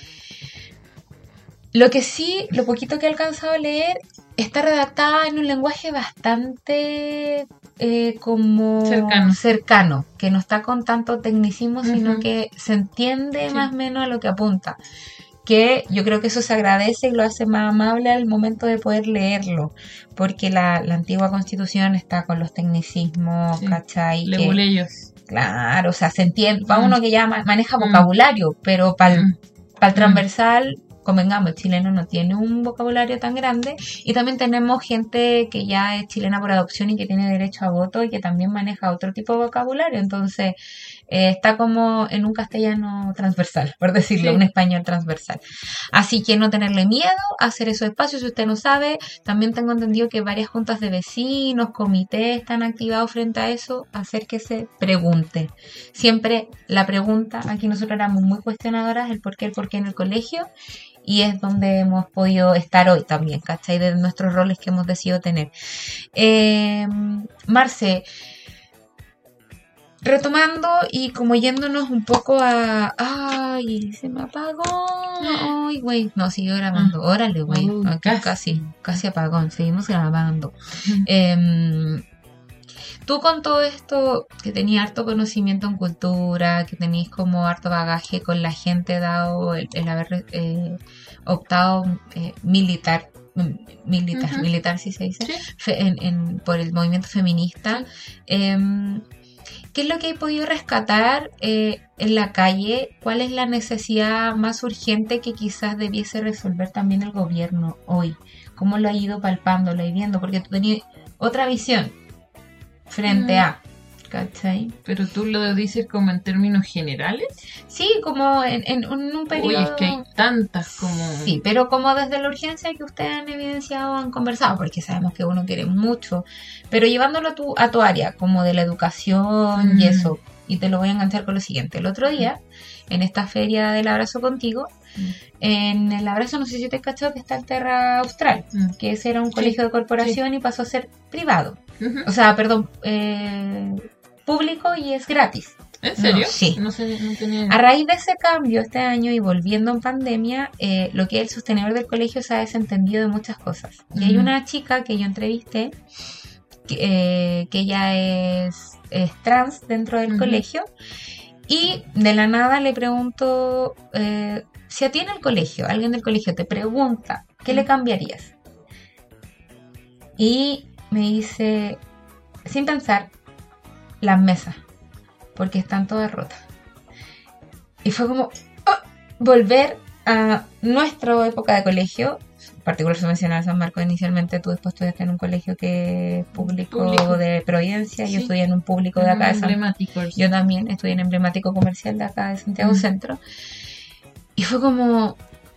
Speaker 2: lo que sí, lo poquito que he alcanzado a leer, está redactada en un lenguaje bastante eh, como
Speaker 3: Cercano.
Speaker 2: cercano, que no está con tanto tecnicismo, sino
Speaker 3: Ujú.
Speaker 2: que se entiende
Speaker 3: Sí.
Speaker 2: más o menos a lo que apunta. Que yo creo que eso se agradece y lo hace más amable al momento de poder leerlo, porque la, la antigua constitución está con los tecnicismos,
Speaker 3: Sí.
Speaker 2: ¿cachai? Que-
Speaker 3: Leguleyos.
Speaker 2: claro, o sea, se entiende, para
Speaker 3: Mm.
Speaker 2: uno que ya ma- maneja
Speaker 3: Mm.
Speaker 2: vocabulario, pero para el
Speaker 3: Mm.
Speaker 2: transversal, convengamos, el chileno no tiene un vocabulario tan grande, y también tenemos gente que ya es chilena por adopción y que tiene derecho a voto y que también maneja otro tipo de vocabulario, entonces eh, está como en un castellano transversal, por decirlo, sí. un español transversal. Así que no tenerle miedo a hacer esos espacios. Si usted no sabe, también tengo entendido que varias juntas de vecinos, comités están activados frente a eso. Acérquese, pregunte. Siempre la pregunta, aquí nosotros éramos muy cuestionadoras, el por qué, el por qué en el colegio. Y es donde hemos podido estar hoy también, ¿cachai? De nuestros roles que hemos decidido tener. Eh, Marce, retomando y como yéndonos un poco a... ¡Ay! Se me apagó. ¡Ay, güey! No, siguió grabando. Órale, güey.
Speaker 3: Uh,
Speaker 2: casi, casi, casi apagón. Seguimos grabando. Uh-huh. Eh, Tú con todo esto, que tenías harto conocimiento en cultura, que tenías como harto bagaje con la gente, dado el, el haber eh, optado eh, militar, militar, uh-huh. militar si se dice, ¿sí? fe, en, en, por el movimiento feminista, sí. eh, ¿qué es lo que he podido rescatar eh, en la calle? ¿Cuál es la necesidad más urgente que quizás debiese resolver también el gobierno hoy? ¿Cómo lo ha ido palpando, lo ha ido viendo? Porque tú tenías otra visión frente a, ¿cachai?
Speaker 3: ¿Pero tú lo dices como en términos generales?
Speaker 2: Sí, como en, en, en un periodo...
Speaker 3: Uy, es que hay tantas como...
Speaker 2: Sí, pero como desde la urgencia que ustedes han evidenciado, han conversado, porque sabemos que uno quiere mucho, pero llevándolo a tu, a tu área, como de la educación mm. y eso, y te lo voy a enganchar con lo siguiente. El otro día, en esta feria del abrazo contigo, mm. en el abrazo, no sé si te cachó, que está el Terra Austral, mm. que ese era un sí. colegio de corporación sí. y pasó a ser privado. Uh-huh. O sea, perdón, eh, público y es gratis.
Speaker 3: ¿En serio?
Speaker 2: No, sí.
Speaker 3: No sé, no tenía...
Speaker 2: A raíz de ese cambio este año y volviendo en pandemia, eh, lo que es el sostenedor del colegio se ha desentendido de muchas cosas. Uh-huh. Y hay una chica que yo entrevisté, que, eh, que ella es, es trans dentro del uh-huh. colegio, y de la nada le pregunto, eh, si a ti en el colegio, alguien del colegio te pregunta, ¿qué uh-huh. le cambiarías? Y me dice, sin pensar, las mesas, porque están todas rotas. Y fue como oh, volver a nuestra época de colegio. En particular se mencionaba San Marcos inicialmente. Tú después estudiaste en un colegio que es público, público. de Providencia. Sí. Yo estudié en un público de acá de San... Yo también estudié en emblemático comercial de acá de Santiago mm. Centro. Y fue como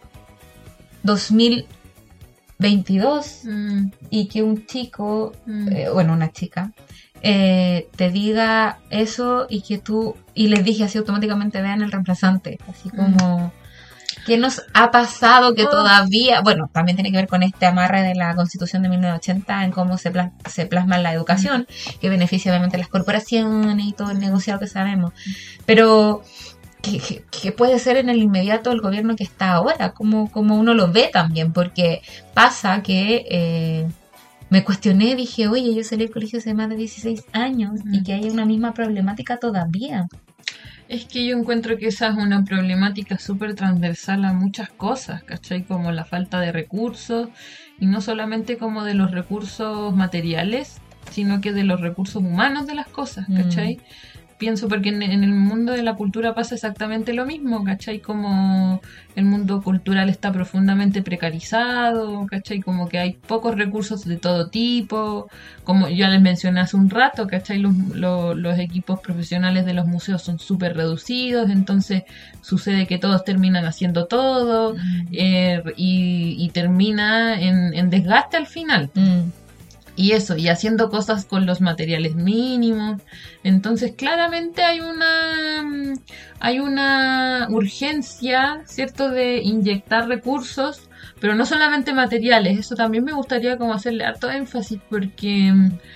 Speaker 2: dos mil veintidós mm. y que un chico, mm. eh, bueno, una chica, eh, te diga eso y que tú, y les dije así automáticamente, vean el reemplazante, así como, mm. ¿qué nos ha pasado que oh. todavía, bueno, también tiene que ver con este amarre de la Constitución de mil novecientos ochenta en cómo se, plas- se plasma la educación, mm. que beneficia obviamente a las corporaciones y todo el negociado que sabemos, pero... Que, que puede ser en el inmediato el gobierno que está ahora, como, como uno lo ve también, porque pasa que eh, me cuestioné, dije, oye, yo salí del colegio hace más de dieciséis años uh-huh. y que hay una misma problemática todavía.
Speaker 3: Es que yo encuentro que esa es una problemática súper transversal a muchas cosas, ¿cachai? Como la falta de recursos, y no solamente como de los recursos materiales, sino que de los recursos humanos de las cosas, ¿cachai? Mm. Pienso porque en, en el mundo de la cultura pasa exactamente lo mismo, ¿cachai? Como el mundo cultural está profundamente precarizado, ¿cachai? Como que hay pocos recursos de todo tipo, como ya les mencioné hace un rato, ¿cachai? Los, los, los equipos profesionales de los museos son súper reducidos, entonces sucede que todos terminan haciendo todo mm. eh, y, y termina en, en desgaste al final. Mm. Y eso, y haciendo cosas con los materiales mínimos. Entonces, claramente hay una hay una urgencia, ¿cierto?, de inyectar recursos, pero no solamente materiales. Eso también me gustaría como hacerle harto énfasis, porque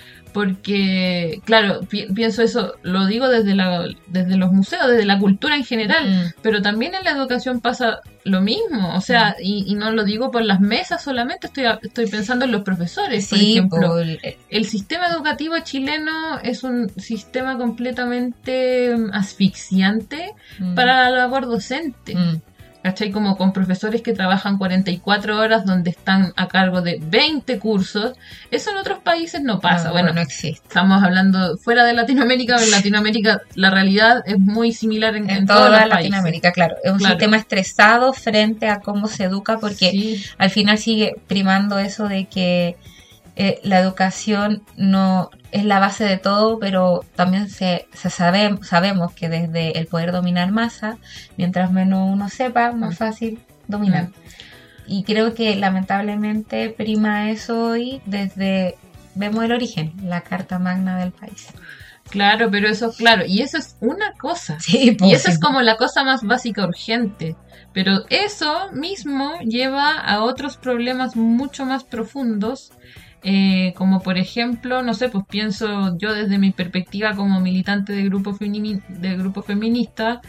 Speaker 3: porque, claro, pi- pienso eso, lo digo desde la desde los museos, desde la cultura en general, mm. pero también en la educación pasa lo mismo, o sea, mm. y, y no lo digo por las mesas solamente, estoy estoy pensando en los profesores, sí, por ejemplo. Por... El sistema educativo chileno es un sistema completamente asfixiante mm. para la labor docente. Mm. ¿Cachai? Como con profesores que trabajan cuarenta y cuatro horas donde están a cargo de veinte cursos. Eso en otros países no pasa.
Speaker 2: No,
Speaker 3: bueno,
Speaker 2: no existe.
Speaker 3: Estamos hablando fuera de Latinoamérica, pero en Latinoamérica la realidad es muy similar en, en,
Speaker 2: en
Speaker 3: todos
Speaker 2: toda
Speaker 3: los
Speaker 2: Latinoamérica,
Speaker 3: países.
Speaker 2: Claro. Es un
Speaker 3: claro.
Speaker 2: sistema estresado frente a cómo se educa, porque
Speaker 3: sí.
Speaker 2: al final sigue primando eso de que eh, la educación no es la base de todo, pero también se, se sabe, sabemos que desde el poder dominar masa, mientras menos uno sepa, más fácil dominar. Mm. Y creo que lamentablemente prima eso hoy desde, vemos el origen, la Carta Magna del país.
Speaker 3: Claro, pero eso, claro, y eso es una cosa.
Speaker 2: Sí, pues,
Speaker 3: y eso
Speaker 2: sí.
Speaker 3: es como la cosa más básica, urgente. Pero eso mismo lleva a otros problemas mucho más profundos, eh, como por ejemplo, no sé, pues pienso yo desde mi perspectiva como militante de grupo, femini- de grupo feminista,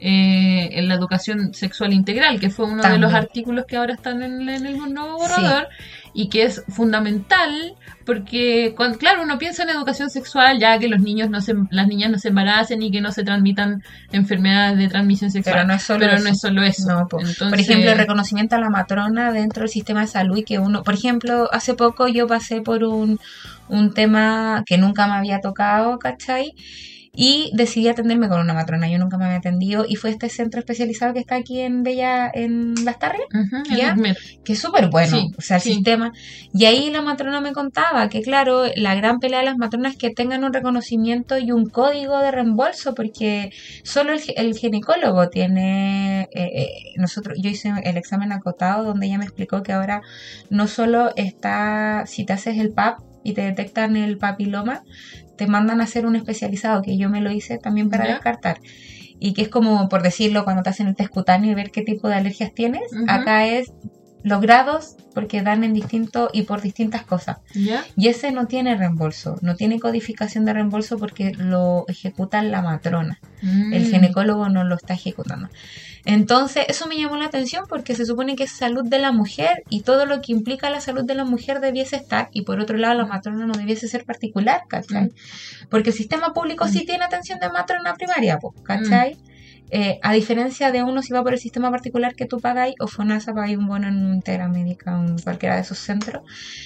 Speaker 3: eh, en la educación sexual integral, que fue uno También. de los artículos que ahora están en, en el nuevo borrador, sí. y que es fundamental, porque, cuando, claro, uno piensa en educación sexual, ya que los niños no se, las niñas no se embaracen y que no se transmitan enfermedades de transmisión sexual,
Speaker 2: pero no es solo
Speaker 3: pero
Speaker 2: eso.
Speaker 3: No es solo eso.
Speaker 2: No, po. Entonces, por ejemplo, el reconocimiento a la matrona dentro del sistema de salud, y que uno, por ejemplo, hace poco yo pasé por un, un tema que nunca me había tocado, ¿cachai? Y decidí atenderme con una matrona, yo nunca me había atendido, y fue este centro especializado que está aquí en Bella, en Las Tarrias, uh-huh, ¿ya? Que es súper bueno, sí, o sea, el sí. sistema. Y ahí la matrona me contaba que, claro, la gran pelea de las matronas es que tengan un reconocimiento y un código de reembolso, porque solo el, el ginecólogo tiene, eh, eh, nosotros, yo hice el examen acotado, donde ella me explicó que ahora no solo está, si te haces el P A P y te detectan el papiloma, te mandan a hacer un especializado, que yo me lo hice también para ¿Ya? descartar, y que es como, por decirlo, cuando te hacen el test cutáneo y ver qué tipo de alergias tienes. Uh-huh. Acá es los grados, porque dan en distinto y por distintas cosas. ¿Ya? Y ese no tiene reembolso, no tiene codificación de reembolso porque lo ejecuta la matrona. Mm. El ginecólogo no lo está ejecutando. Entonces, eso me llamó la atención porque se supone que es salud de la mujer y todo lo que implica la salud de la mujer debiese estar, y por otro lado la matrona no debiese ser particular, ¿cachai? Mm. Porque el sistema público mm. sí tiene atención de matrona primaria, ¿cachai? Mm. Eh, a diferencia de uno si va por el sistema particular que tú pagáis, o FONASA pagáis un bono en Integra Médica o en cualquiera de esos centros.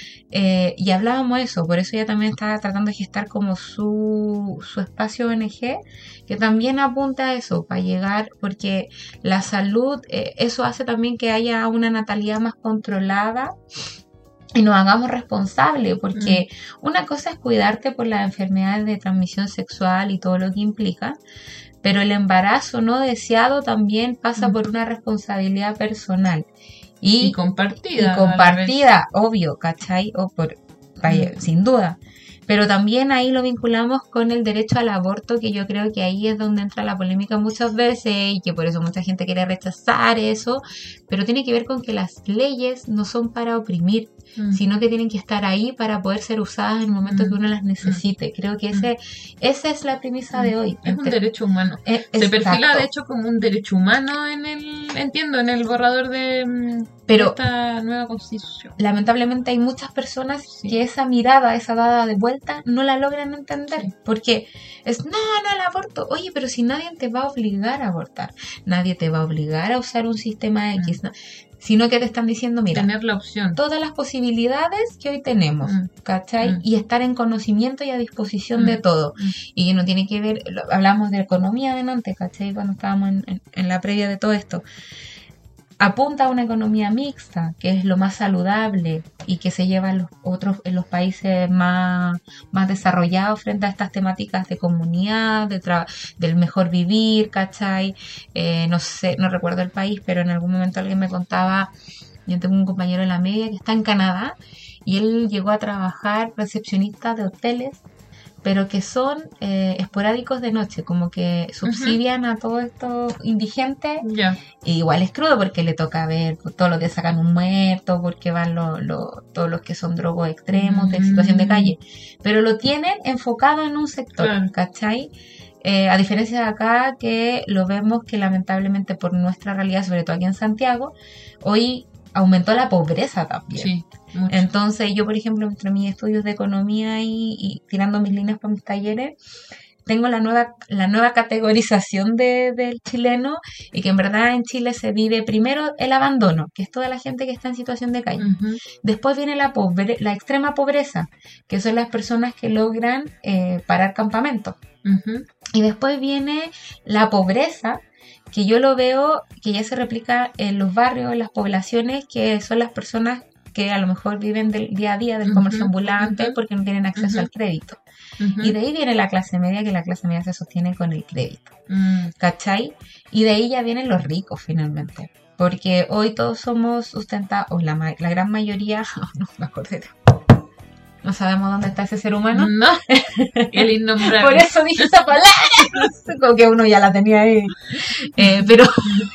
Speaker 2: Eh, y hablábamos de eso, por eso ella también estaba tratando de gestar como su, su espacio O N G, que también apunta a eso, para llegar, porque la salud, eh, eso hace también que haya una natalidad más controlada y nos hagamos responsables, porque mm. una cosa es cuidarte por las enfermedades de transmisión sexual y todo lo que implica, pero el embarazo no deseado también pasa mm. por una responsabilidad personal. Y,
Speaker 3: y compartida.
Speaker 2: Y compartida, obvio, ¿cachai? O por, vaya, mm. sin duda. Pero también ahí lo vinculamos con el derecho al aborto, que yo creo que ahí es donde entra la polémica muchas veces y que por eso mucha gente quiere rechazar eso, pero tiene que ver con que las leyes no son para oprimir, mm. sino que tienen que estar ahí para poder ser usadas en el momento mm. que uno las necesite. Mm. Creo que ese esa es la premisa de hoy.
Speaker 3: Es Entre, un derecho humano.
Speaker 2: Eh,
Speaker 3: Se perfila de hecho como un derecho humano en el, entiendo, en el borrador de,
Speaker 2: pero,
Speaker 3: de esta nueva constitución.
Speaker 2: Lamentablemente hay muchas personas sí. que esa mirada, esa dada de vuelta no la logran entender, sí. porque es, no, no el aborto, oye, pero si nadie te va a obligar a abortar, nadie te va a obligar a usar un sistema X, mm. no, sino que te están diciendo, mira,
Speaker 3: tener la opción,
Speaker 2: todas las posibilidades que hoy tenemos, mm. ¿cachai? Mm. Y estar en conocimiento y a disposición mm. de todo, mm. y no tiene que ver, hablamos de economía delante, ¿cachai? Cuando estábamos en, en, en la previa de todo esto, apunta a una economía mixta, que es lo más saludable y que se lleva en los otros, en los países más, más desarrollados frente a estas temáticas de comunidad, de tra- del mejor vivir, ¿cachai? Eh, no sé, no recuerdo el país, pero en algún momento alguien me contaba, yo tengo un compañero en la media que está en Canadá y él llegó a trabajar recepcionista de hoteles, pero que son eh, esporádicos de noche, como que subsidian uh-huh. a todos estos indigentes.
Speaker 3: Yeah.
Speaker 2: Y igual es crudo porque le toca ver, todos los días sacan un muerto, porque van lo, lo, todos los que son drogos extremos, mm. de situación de calle. Pero lo tienen enfocado en un sector, claro. ¿cachai? Eh, a diferencia de acá, que lo vemos que lamentablemente por nuestra realidad, sobre todo aquí en Santiago, hoy aumentó la pobreza también.
Speaker 3: Sí. Mucho.
Speaker 2: Entonces yo, por ejemplo, entre mis estudios de economía y, y tirando mis líneas para mis talleres, tengo la nueva la nueva categorización de, del chileno, y que en verdad en Chile se vive primero el abandono, que es toda la gente que está en situación de calle. Uh-huh. Después viene la pobre, la extrema pobreza, que son las personas que logran eh, parar campamentos. Uh-huh. Y después viene la pobreza, que yo lo veo que ya se replica en los barrios, en las poblaciones, que son las personas que a lo mejor viven del día a día del comercio uh-huh, ambulante uh-huh. porque no tienen acceso uh-huh. al crédito. Uh-huh. Y de ahí viene la clase media, que la clase media se sostiene con el crédito. Uh-huh. ¿Cachai? Y de ahí ya vienen los ricos finalmente. Porque hoy todos somos sustentados, o la, la gran mayoría, oh, no me acordé de... No sabemos dónde está ese ser humano.
Speaker 3: No, el innombrable.
Speaker 2: Por eso dije esa palabra. Como que uno ya la tenía ahí. Eh, pero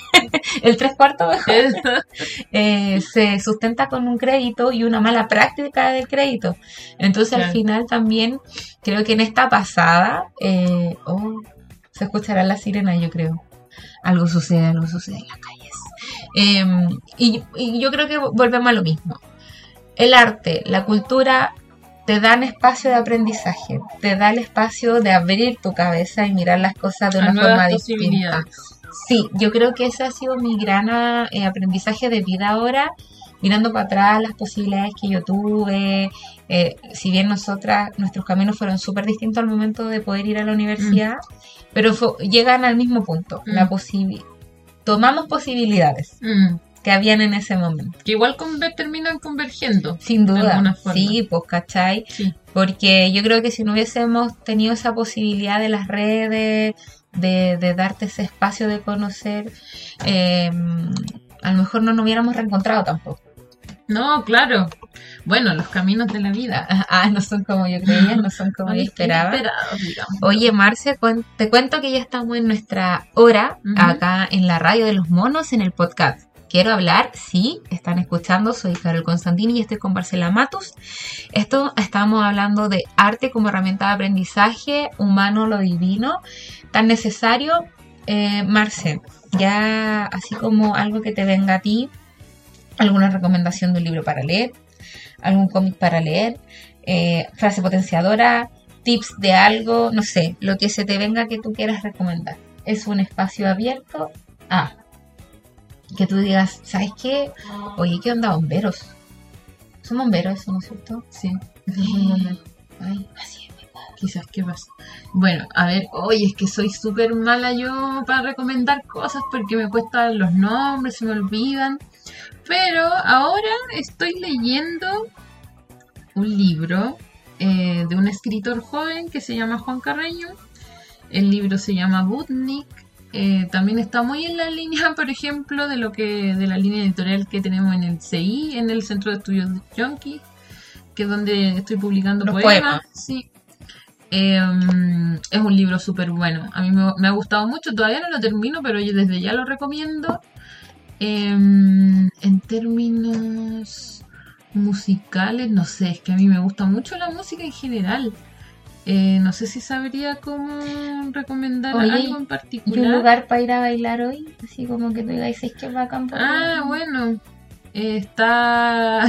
Speaker 2: el tres cuartos mejor, eh, se sustenta con un crédito y una mala práctica del crédito. Entonces claro. al final también creo que en esta pasada, eh, oh, se escuchará la sirena, yo creo. Algo sucede, algo sucede en las calles. Eh, y, y yo creo que volvemos a lo mismo. El arte, la cultura te dan espacio de aprendizaje, te da el espacio de abrir tu cabeza y mirar las cosas de una forma distinta. Sí, yo creo que ese ha sido mi gran eh, aprendizaje de vida ahora, mirando para atrás las posibilidades que yo tuve. Eh, si bien nosotras, nuestros caminos fueron súper distintos al momento de poder ir a la universidad, mm. pero fue, llegan al mismo punto. Mm. La posibi- tomamos posibilidades. Mm. que habían en ese momento.
Speaker 3: Que igual conver- terminan convergiendo.
Speaker 2: Sin duda, sí, pues, ¿cachai? Sí. Porque yo creo que si no hubiésemos tenido esa posibilidad de las redes, de, de darte ese espacio de conocer, eh, a lo mejor no nos hubiéramos reencontrado tampoco.
Speaker 3: No, claro. Bueno, los caminos de la vida.
Speaker 2: Ah, no son como yo creía, no son como yo esperaba. Oye, Marce, te cuento que ya estamos en nuestra hora, uh-huh. acá en la Radio de los Monos, en el podcast Quiero Hablar. Sí, están escuchando, soy Carol Constantini y estoy con Marcela Matus. Esto, estamos hablando de arte como herramienta de aprendizaje, humano lo divino, tan necesario. Eh, Marce, ya así como algo que te venga a ti, alguna recomendación de un libro para leer, algún cómic para leer, eh, frase potenciadora, tips de algo, no sé, lo que se te venga que tú quieras recomendar. Es un espacio abierto a que tú digas, ¿sabes qué? Oye, ¿qué onda bomberos? Son bomberos, ¿no es cierto?
Speaker 3: Sí, son bomberos. Ay, así es, quizás, ¿qué pasa? Bueno, a ver, oye, es que soy súper mala yo para recomendar cosas porque me cuestan los nombres, se me olvidan. Pero ahora estoy leyendo un libro eh, de un escritor joven que se llama Juan Carreño. El libro se llama Butnik. Eh, también está muy en la línea, por ejemplo, de lo que de la línea editorial que tenemos en el C I, en el Centro de Estudios Yonki, que es donde estoy publicando Los poemas. poemas. Sí. Eh, es un libro súper bueno. A mí me, me ha gustado mucho. Todavía no lo termino, pero yo desde ya lo recomiendo. Eh, en términos musicales, no sé, es que a mí me gusta mucho la música en general. Eh, no sé si sabría cómo recomendar Oye, algo en particular.
Speaker 2: ¿Y un lugar para ir a bailar hoy? Así como que tú digas, es que va a campo.
Speaker 3: Ah, bueno, eh, está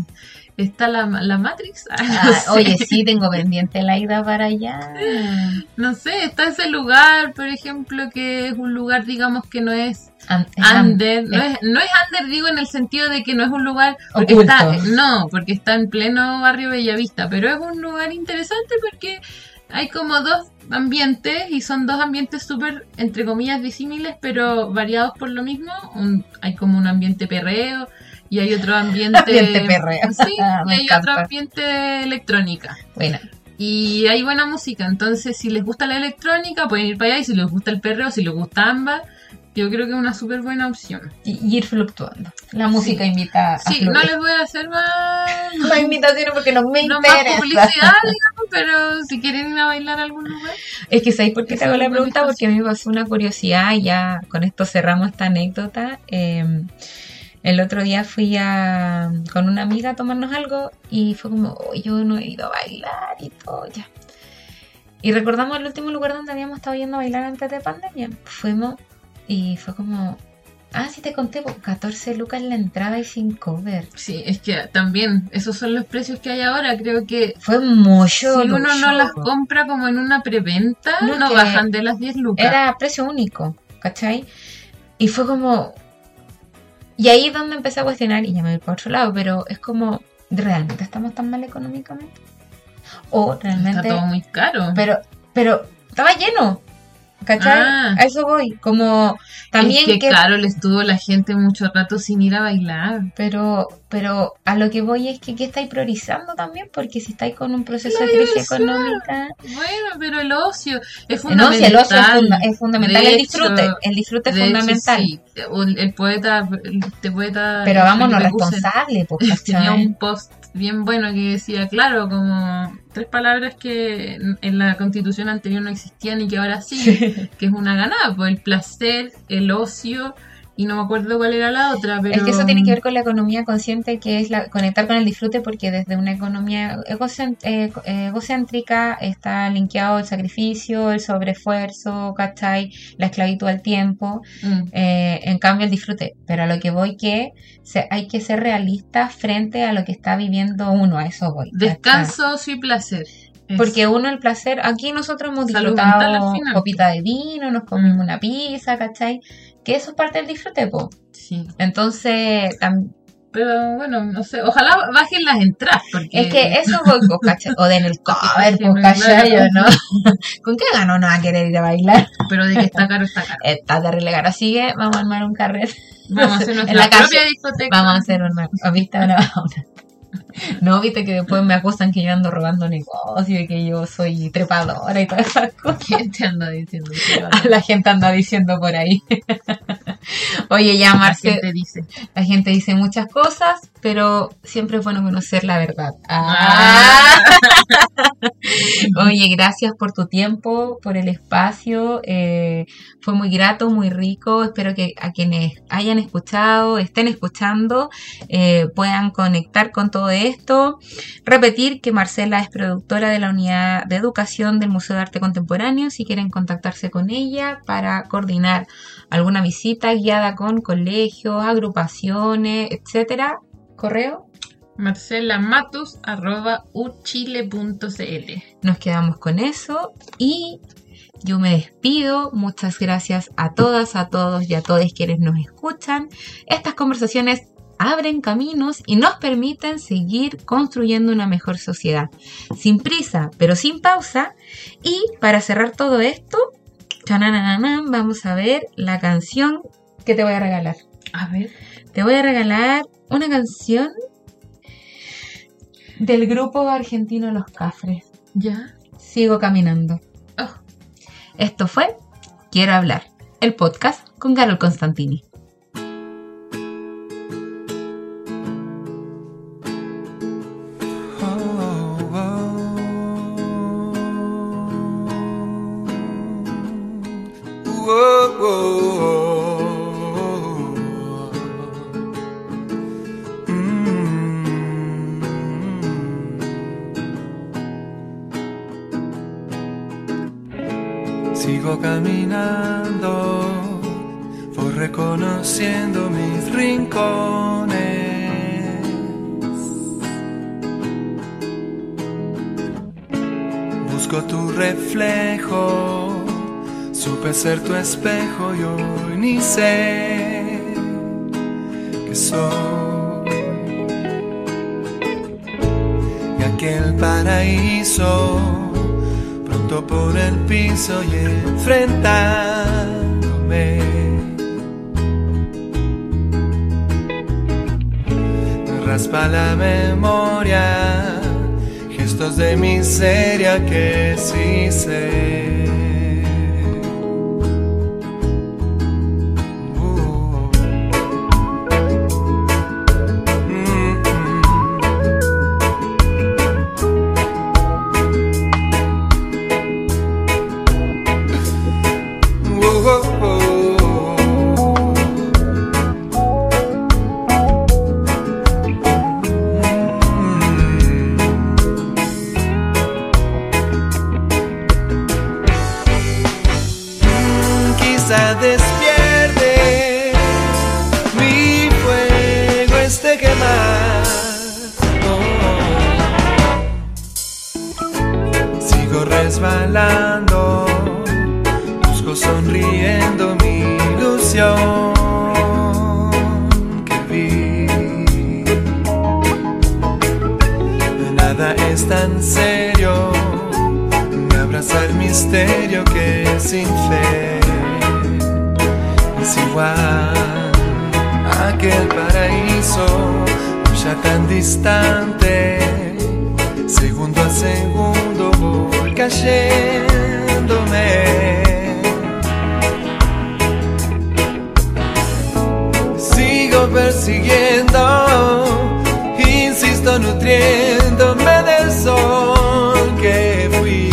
Speaker 3: está la, la Matrix. Ah, no
Speaker 2: ah, oye, sí, tengo pendiente la ida para allá.
Speaker 3: No sé, está ese lugar, por ejemplo, que es un lugar, digamos, que no es
Speaker 2: And,
Speaker 3: under, no es, no es under, digo, en el sentido de que no es un lugar porque está, no, porque está en pleno barrio Bellavista, pero es un lugar interesante porque hay como dos ambientes y son dos ambientes súper, entre comillas, disímiles, pero variados por lo mismo. Un, hay como un ambiente perreo y hay otro ambiente,
Speaker 2: ambiente perreo.
Speaker 3: Sí, y hay encanta. Otro ambiente electrónica.
Speaker 2: Bueno.
Speaker 3: Y hay buena música, entonces si les gusta la electrónica pueden ir para allá, y si les gusta el perreo, si les gusta ambas, yo creo que es una súper buena opción.
Speaker 2: Y, y ir fluctuando. La música sí. invita a
Speaker 3: Sí, fluir. No les voy a hacer más...
Speaker 2: más invitaciones porque no me
Speaker 3: no
Speaker 2: interesa.
Speaker 3: Más publicidad, digamos, pero si quieren ir a bailar a algún lugar.
Speaker 2: Es que ¿sabes por qué te hago la pregunta? Porque a mí me pasó una curiosidad y ya con esto cerramos esta anécdota. Eh, el otro día fui a con una amiga a tomarnos algo y fue como, oh, yo no he ido a bailar y todo ya. Y recordamos el último lugar donde habíamos estado yendo a bailar antes de pandemia. Fuimos y fue como, ah, sí te conté, pues catorce lucas la entrada y sin cover.
Speaker 3: Sí, es que también esos son los precios que hay ahora. Creo que
Speaker 2: fue mucho.
Speaker 3: Si uno no las compra como en una preventa, no, no bajan de las diez lucas.
Speaker 2: Era precio único, ¿cachai? Y fue como... Y ahí es donde empecé a cuestionar y ya me voy por otro lado, pero es como, ¿realmente estamos tan mal económicamente? O realmente...
Speaker 3: Está todo muy caro.
Speaker 2: Pero, pero estaba lleno. ¿cachai?
Speaker 3: Ah.
Speaker 2: A eso voy, como también
Speaker 3: es que,
Speaker 2: que...
Speaker 3: claro, le estuvo la gente mucho rato sin ir a bailar.
Speaker 2: Pero, pero a lo que voy es que ¿qué estáis priorizando también? Porque si estáis con un proceso
Speaker 3: La
Speaker 2: de crisis
Speaker 3: diversión.
Speaker 2: económica...
Speaker 3: Bueno, pero el ocio es
Speaker 2: No,
Speaker 3: fundamental.
Speaker 2: si el ocio es, funda- es fundamental,
Speaker 3: De
Speaker 2: el
Speaker 3: hecho,
Speaker 2: disfrute, el disfrute es
Speaker 3: de hecho,
Speaker 2: fundamental.
Speaker 3: sí. El, el poeta, el poeta
Speaker 2: Pero hagámonos
Speaker 3: Felipe Kusen
Speaker 2: responsables, pues,
Speaker 3: tenía
Speaker 2: ¿cachai?
Speaker 3: un post bien bueno que decía, claro, como tres palabras que en- en la constitución anterior no existían y que ahora sí, que es una ganada, pues el placer, el ocio, y no me acuerdo cuál era la otra, pero...
Speaker 2: Es que eso tiene que ver con la economía consciente, que es la, conectar con el disfrute, porque desde una economía egocent- eh, egocéntrica está linkeado el sacrificio, el sobreesfuerzo, ¿cachai? La esclavitud al tiempo,
Speaker 3: Mm.
Speaker 2: eh, en cambio el disfrute. Pero a lo que voy que se, hay que ser realista frente a lo que está viviendo uno, a eso voy. ¿cachai?
Speaker 3: Descanso, ocio y placer. Es-
Speaker 2: Porque uno el placer, aquí nosotros hemos
Speaker 3: Salud mental
Speaker 2: disfrutado
Speaker 3: al final.
Speaker 2: copita de vino, nos comimos una pizza, ¿cachai? Que eso es parte del disfrute, po.
Speaker 3: Sí.
Speaker 2: Entonces, tam-
Speaker 3: Pero bueno, no sé, ojalá bajen las entradas, porque...
Speaker 2: es que eso voy, po, ¿cachai? O den el cover,
Speaker 3: Sí,
Speaker 2: po, ¿cachai?
Speaker 3: claro.
Speaker 2: ¿O no? ¿Con qué gano no va a querer ir a bailar?
Speaker 3: Pero de que está caro, está caro.
Speaker 2: Está terrible caro. Así que vamos a armar un carrete.
Speaker 3: Vamos a hacer
Speaker 2: En
Speaker 3: nuestra
Speaker 2: la calle.
Speaker 3: propia discoteca.
Speaker 2: Vamos a hacer una... ¿Viste una, una- No, viste que después me acusan que yo ando robando negocio y que yo soy trepadora y todas esas cosas.
Speaker 3: ¿Quién te anda diciendo?
Speaker 2: La gente anda diciendo por ahí. Oye, ya,
Speaker 3: La
Speaker 2: Marce,
Speaker 3: gente dice.
Speaker 2: la gente dice muchas cosas, pero siempre es bueno conocer la verdad. Ah. Oye, gracias por tu tiempo, por el espacio. Eh, fue muy grato, muy rico. Espero que a quienes hayan escuchado, estén escuchando, eh, puedan conectar con todo esto. Repetir que Marcela es productora de la Unidad de Educación del Museo de Arte Contemporáneo. Si quieren contactarse con ella para coordinar alguna visita guiada con colegios, agrupaciones, etcétera. Correo.
Speaker 3: marcelamatus arroba uchile punto cl.
Speaker 2: Nos quedamos con eso y yo me despido. Muchas gracias a todas, a todos y a todos quienes nos escuchan. Estas conversaciones abren caminos y nos permiten seguir construyendo una mejor sociedad. Sin prisa, pero sin pausa. Y para cerrar todo esto, chananana, vamos a ver la canción que te voy a regalar.
Speaker 3: A ver.
Speaker 2: Te voy a regalar una canción del grupo argentino Los Cafres.
Speaker 3: Ya.
Speaker 2: Sigo caminando.
Speaker 3: Oh.
Speaker 2: Esto fue Quiero Hablar, el podcast con Carol Constantini.
Speaker 5: Sigo caminando, voy reconociendo mis rincones. Busco tu reflejo, supe ser tu espejo y hoy ni sé qué soy. Y aquel paraíso pronto por el piso y enfrentándome. Me raspa la memoria, gestos de miseria que sí sé. Uh. Mm-mm. Quizá despierte mi fuego este quemar. Oh. Sigo resbalando, busco sonriendo mi ilusión que vi. Nada es tan serio, me abra abraza el misterio que sin fe es igual a aquel paraíso ya tan distante. Segundo a segundo voy cayéndome. Sigo persiguiendo, insisto nutriéndome del sol que fui.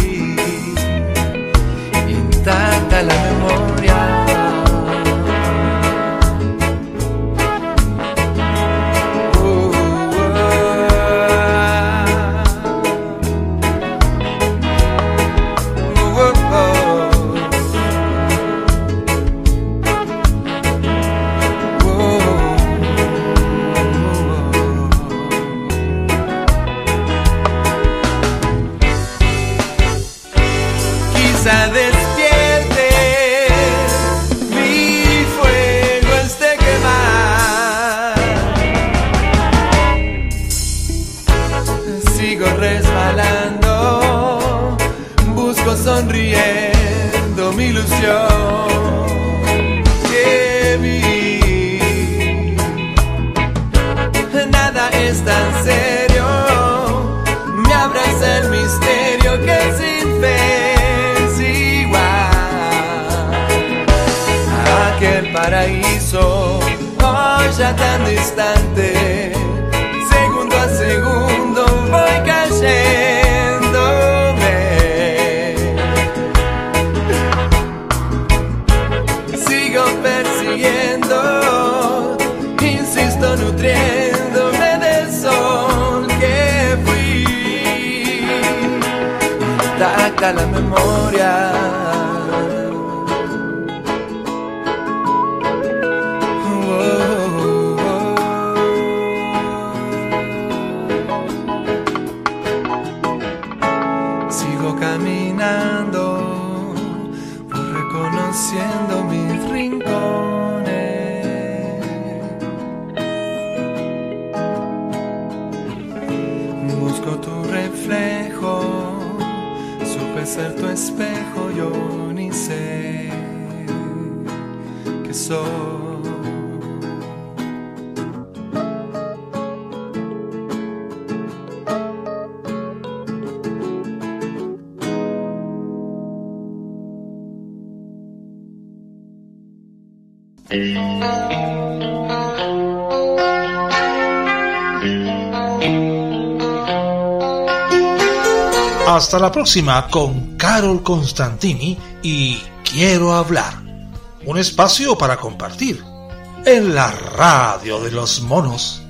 Speaker 5: Intacta la memoria. Despierte, mi fuego esté quemar. Sigo resbalando, busco sonriendo mi ilusión que vi. Nada es tan serio, me abraza el misterio que sin fe. Aquel paraíso, hoy ya tan distante, segundo a segundo voy cayéndome. Sigo persiguiendo, insisto nutriéndome del sol que fui. Intacta la memoria. Caminando, voy reconociendo mis rincones. Busco tu reflejo, supe ser tu espejo, yo ni sé qué soy.
Speaker 1: Hasta la próxima con Carol Constantini y Quiero Hablar, un espacio para compartir en la radio de los monos.